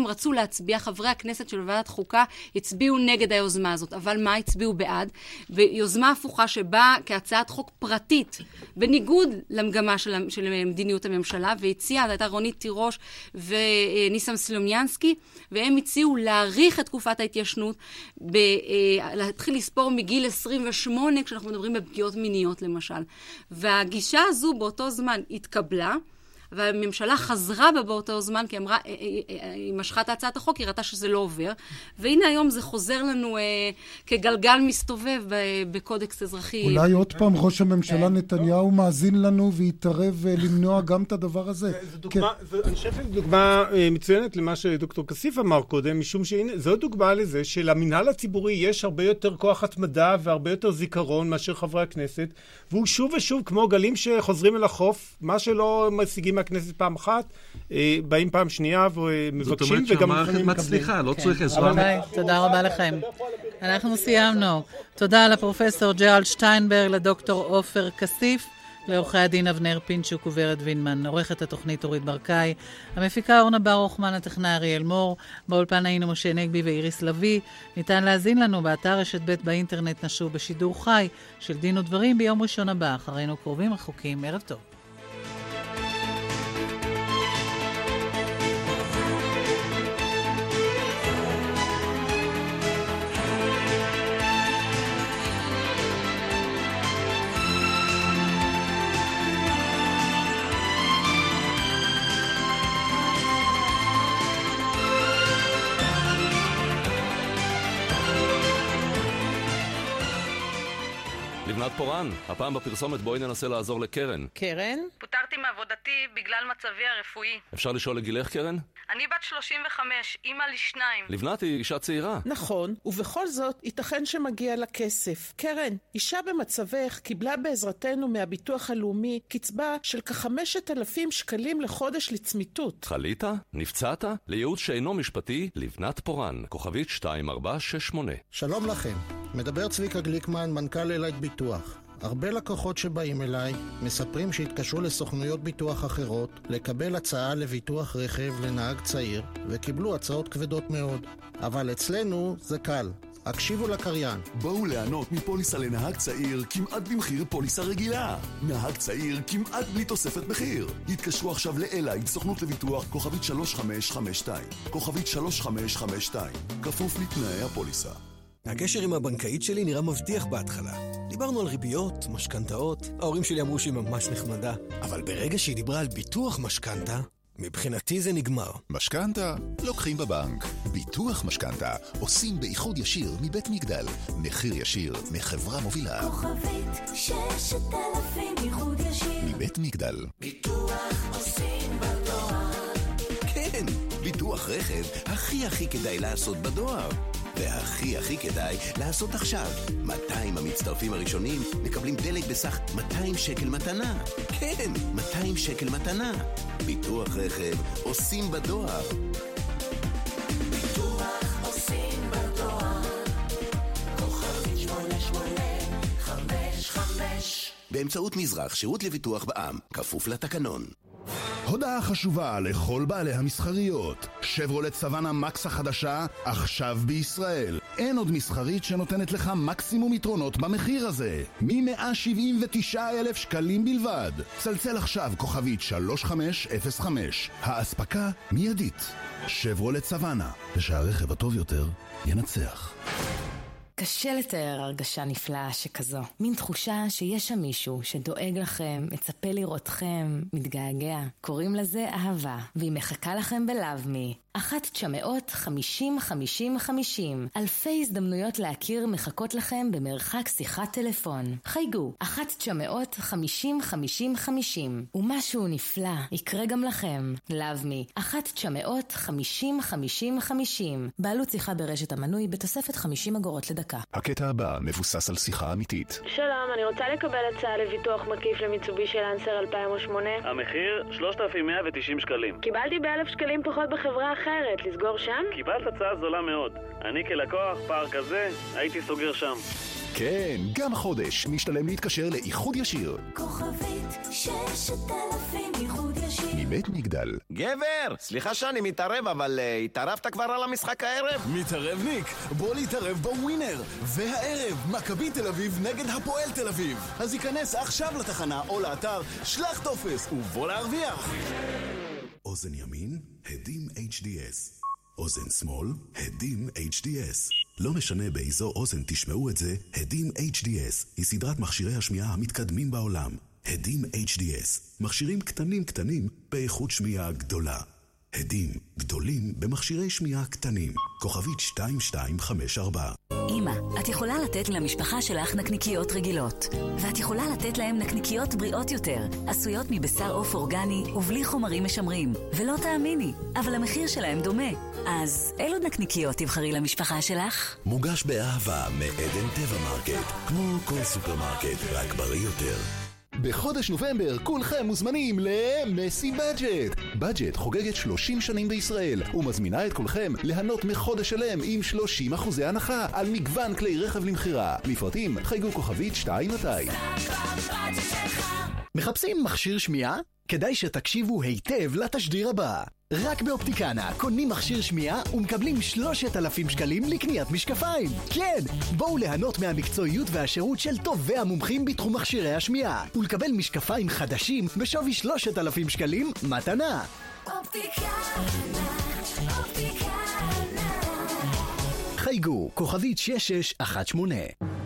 להצביע, חברי הכנסת של ועדת חוקה הצביעו נגד היוזמה הזאת, אבל מה הצביעו בעד? ויוזמה הפוכה שבאה כהצעת חוק פרטית, בניגוד למגמה של, של מדיניות הממשלה, והציעה, הייתה רונית תירוש וניסם סלומיאנסקי, והם הציעו להאריך את תקופת ההתיישנות, ב, להתחיל לספור מגיל עשרים ושמונה, כשאנחנו מדברים בפגיעות מיניות למשל. והגישה הזו באותו זמן התקבלה, והממשלה חזרה בה באותו זמן, כי אמרה, היא משכה את הצעת החוק, היא ראתה שזה לא עובר, והנה היום זה חוזר לנו אה, כגלגל מסתובב בקודקס אזרחי. אולי עוד פעם ראש הממשלה נתניהו מאזין לנו ויתערב למנוע גם את הדבר הזה. אני חושב שזו דוגמה מצוינת למה שדוקטור כסיף אמר קודם, משום שזו דוגמה לזה שלמינהל הציבורי יש הרבה יותר כוח התמדה והרבה יותר זיכרון מאשר חברי הכנסת, והוא שוב ושוב כמו גלים שחוזרים אל החוף, מה שלא משיגים מהכנסת פעם אחת, באים פעם שנייה ומבקשים וגם המערכת מצליחה, לא צריך עזרה. תודה רבה לכם. אנחנו סיימנו. תודה לפרופסור ג'רלד שטיינברג, לדוקטור עופר כסיף, לעורכי הדין אבנר פינצ'וק וורד וינמן, עורכת התוכנית אורית ברקאי, המפיקה אורנה ברוכמן, הטכנאי אריאל מור, באולפן היינו משה נגבי ואיריס לוי. ניתן להזין לנו באתר רשת ב' באינטרנט, נשוב בשידור חי של דין ודברים ביום ראשון הבא. אחרינו קרובים רחוקים. ערב טוב. לבנת פורן, הפעם בפרסומת בואי ננסה לעזור לקרן. קרן? פוטרתי מעבודתי בגלל מצבי הרפואי. אפשר לשאול לגילך קרן? אני בת שלושים וחמש, אימא לשניים. לבנת היא אישה צעירה. נכון, ובכל זאת ייתכן שמגיע לה כסף. קרן, אישה במצבך קיבלה בעזרתנו מהביטוח הלאומי קצבה של כ-חמשת אלפים שקלים לחודש לצמיתות. חלית? נפצעת? לייעוץ שאינו משפטי, לבנת פורן, כוכבית שתיים ארבע שש שמונה. שלום לכם, מדבר צביקה גליקמן, מנכ"ל אלייט ביטוח. הרבה לקוחות שבאים אליי מספרים שהתקשרו לסוכנויות ביטוח אחרות לקבל הצעה לביטוח רכב לנהג צעיר וקיבלו הצעות כבדות מאוד. אבל אצלנו זה קל. הקשיבו לקריין. בואו ליהנות מפוליסה לנהג צעיר כמעט במחיר פוליסה רגילה. נהג צעיר כמעט בלי תוספת מחיר. התקשרו עכשיו לאלייט, סוכנות לביטוח, כוכבית שלוש חמש חמש שתיים. כוכבית שלוש חמש חמש שתיים. כפוף לתנאי הפוליסה. הקשר עם הבנקאית שלי נראה מבטיח בהתחלה. דיברנו על ריביות, משכנתאות, ההורים שלי אמרו שהיא ממש נחמדה. אבל ברגע שהיא דיברה על ביטוח משכנתה, מבחינתי זה נגמר. משכנתה לוקחים בבנק. ביטוח משכנתה עושים באיחוד ישיר מבית מגדל. מחיר ישיר מחברה מובילה. כוכבית ששת אלפים איחוד ישיר. מבית מגדל. ביטוח עושים בדואר. כן, ביטוח רכב הכי הכי כדאי לעשות בדואר. והכי הכי כדאי לעשות עכשיו. מאתיים המצטרפים הראשונים מקבלים דלק בסך מאתיים שקל מתנה. כן, מאתיים שקל מתנה. ביטוח רכב עושים בדואר. ביטוח עושים בדואר. כוכבית שמונה שמונה חמש חמש. באמצעות מזרח, שירות לביטוח בע"מ, כפוף לתקנון. הודעה חשובה לכל בעלי המסחריות. שברולט סוואנה מקס החדשה, עכשיו בישראל. אין עוד מסחרית שנותנת לך מקסימום יתרונות במחיר הזה. מ-מאה שבעים ותשעה אלף שקלים בלבד. צלצל עכשיו כוכבית שלוש חמש אפס חמש. האספקה מיידית. שברולט סוואנה, ושהרכב הטוב יותר ינצח. קשה לתאר הרגשה נפלאה שכזו. מין תחושה שיש שם מישהו שדואג לכם, מצפה לראותכם, מתגעגע. קוראים לזה אהבה, והיא מחכה לכם בלאב-מי. אחת תשע מאות חמישים חמישים חמישים. אלפי הזדמנויות להכיר מחכות לכם במרחק שיחת טלפון. חייגו, אחת תשע מאות חמישים חמישים חמישים. ומשהו נפלא יקרה גם לכם. לאב-מי, אחת תשע מאות חמישים חמישים חמישים. בעלות שיחה ברשת המנוי בתוספת חמישים אגורות לדקה. הקטע הבא מבוסס על שיחה אמיתית. שלום, אני רוצה לקבל הצעה לביטוח מקיף למיצובישי לנסר אלפיים ושמונה. המחיר שלושת אלפים מאה ותשעים שקלים. קיבלתי באלף שקלים פחות בחברה אחרת, לסגור שם? קיבלת הצעה זולה מאוד. אני כלקוח, פער כזה, הייתי סוגר שם. כן, גם החודש משתלם להתקשר לאיחוד ישיר. כוכבית ששת אלפים איחוד ישיר. מבית מגדל. גבר, סליחה שאני מתערב, אבל uh, התערבת כבר על המשחק הערב? מתערב ניק, בוא להתערב בווינר. והערב, מכבי תל אביב נגד הפועל תל אביב. אז ייכנס עכשיו לתחנה או לאתר, שלח טופס ובוא להרוויח. אוזן ימין, הדים אייץ' די אס. אוזן שמאל, הדים אייץ' די אס. לא משנה באיזו אוזן תשמעו את זה, הדים אייץ' די אס היא סדרת מכשירי השמיעה המתקדמים בעולם. הדים אייץ' די אס, מכשירים קטנים קטנים באיכות שמיעה גדולה. הדים גדולים במכשירי שמיעה קטנים. כוכבית שתיים שתיים חמש ארבע. אמא, את יכולה לתת למשפחה שלך נקניקיות רגילות, ואת יכולה לתת להם נקניקיות בריאות יותר, עשויות מבשר עוף אורגני ובלי חומרים משמרים. ולא תאמיני, אבל המחיר שלהם דומה. אז אילו נקניקיות תבחרי למשפחה שלך? מוגש באהבה מעדן טבע מרקט, כמו כל סופרמרקט, רק בריא יותר. בחודש נובמבר כולכם מוזמנים למסי בדג'ט. בדג'ט חוגגת שלושים שנים בישראל ומזמינה את כולכם ליהנות מחודש שלם עם שלושים אחוזי הנחה על מגוון כלי רכב למחירה. לפרטים חייגו כוכבית שתיים מאתיים. מחפשים מכשיר שמיעה? כדאי שתקשיבו היטב לתשדיר הבא. רק באופטיקנה קונים מכשיר שמיעה ומקבלים שלושת אלפים שקלים לקניית משקפיים. כן, בואו ליהנות מהמקצועיות והשירות של טובי המומחים בתחום מכשירי השמיעה ולקבל משקפיים חדשים בשווי שלושת אלפים שקלים מתנה. אופטיקנה, אופטיקנה. חייגו, כוכבית שש שש אחת שמונה.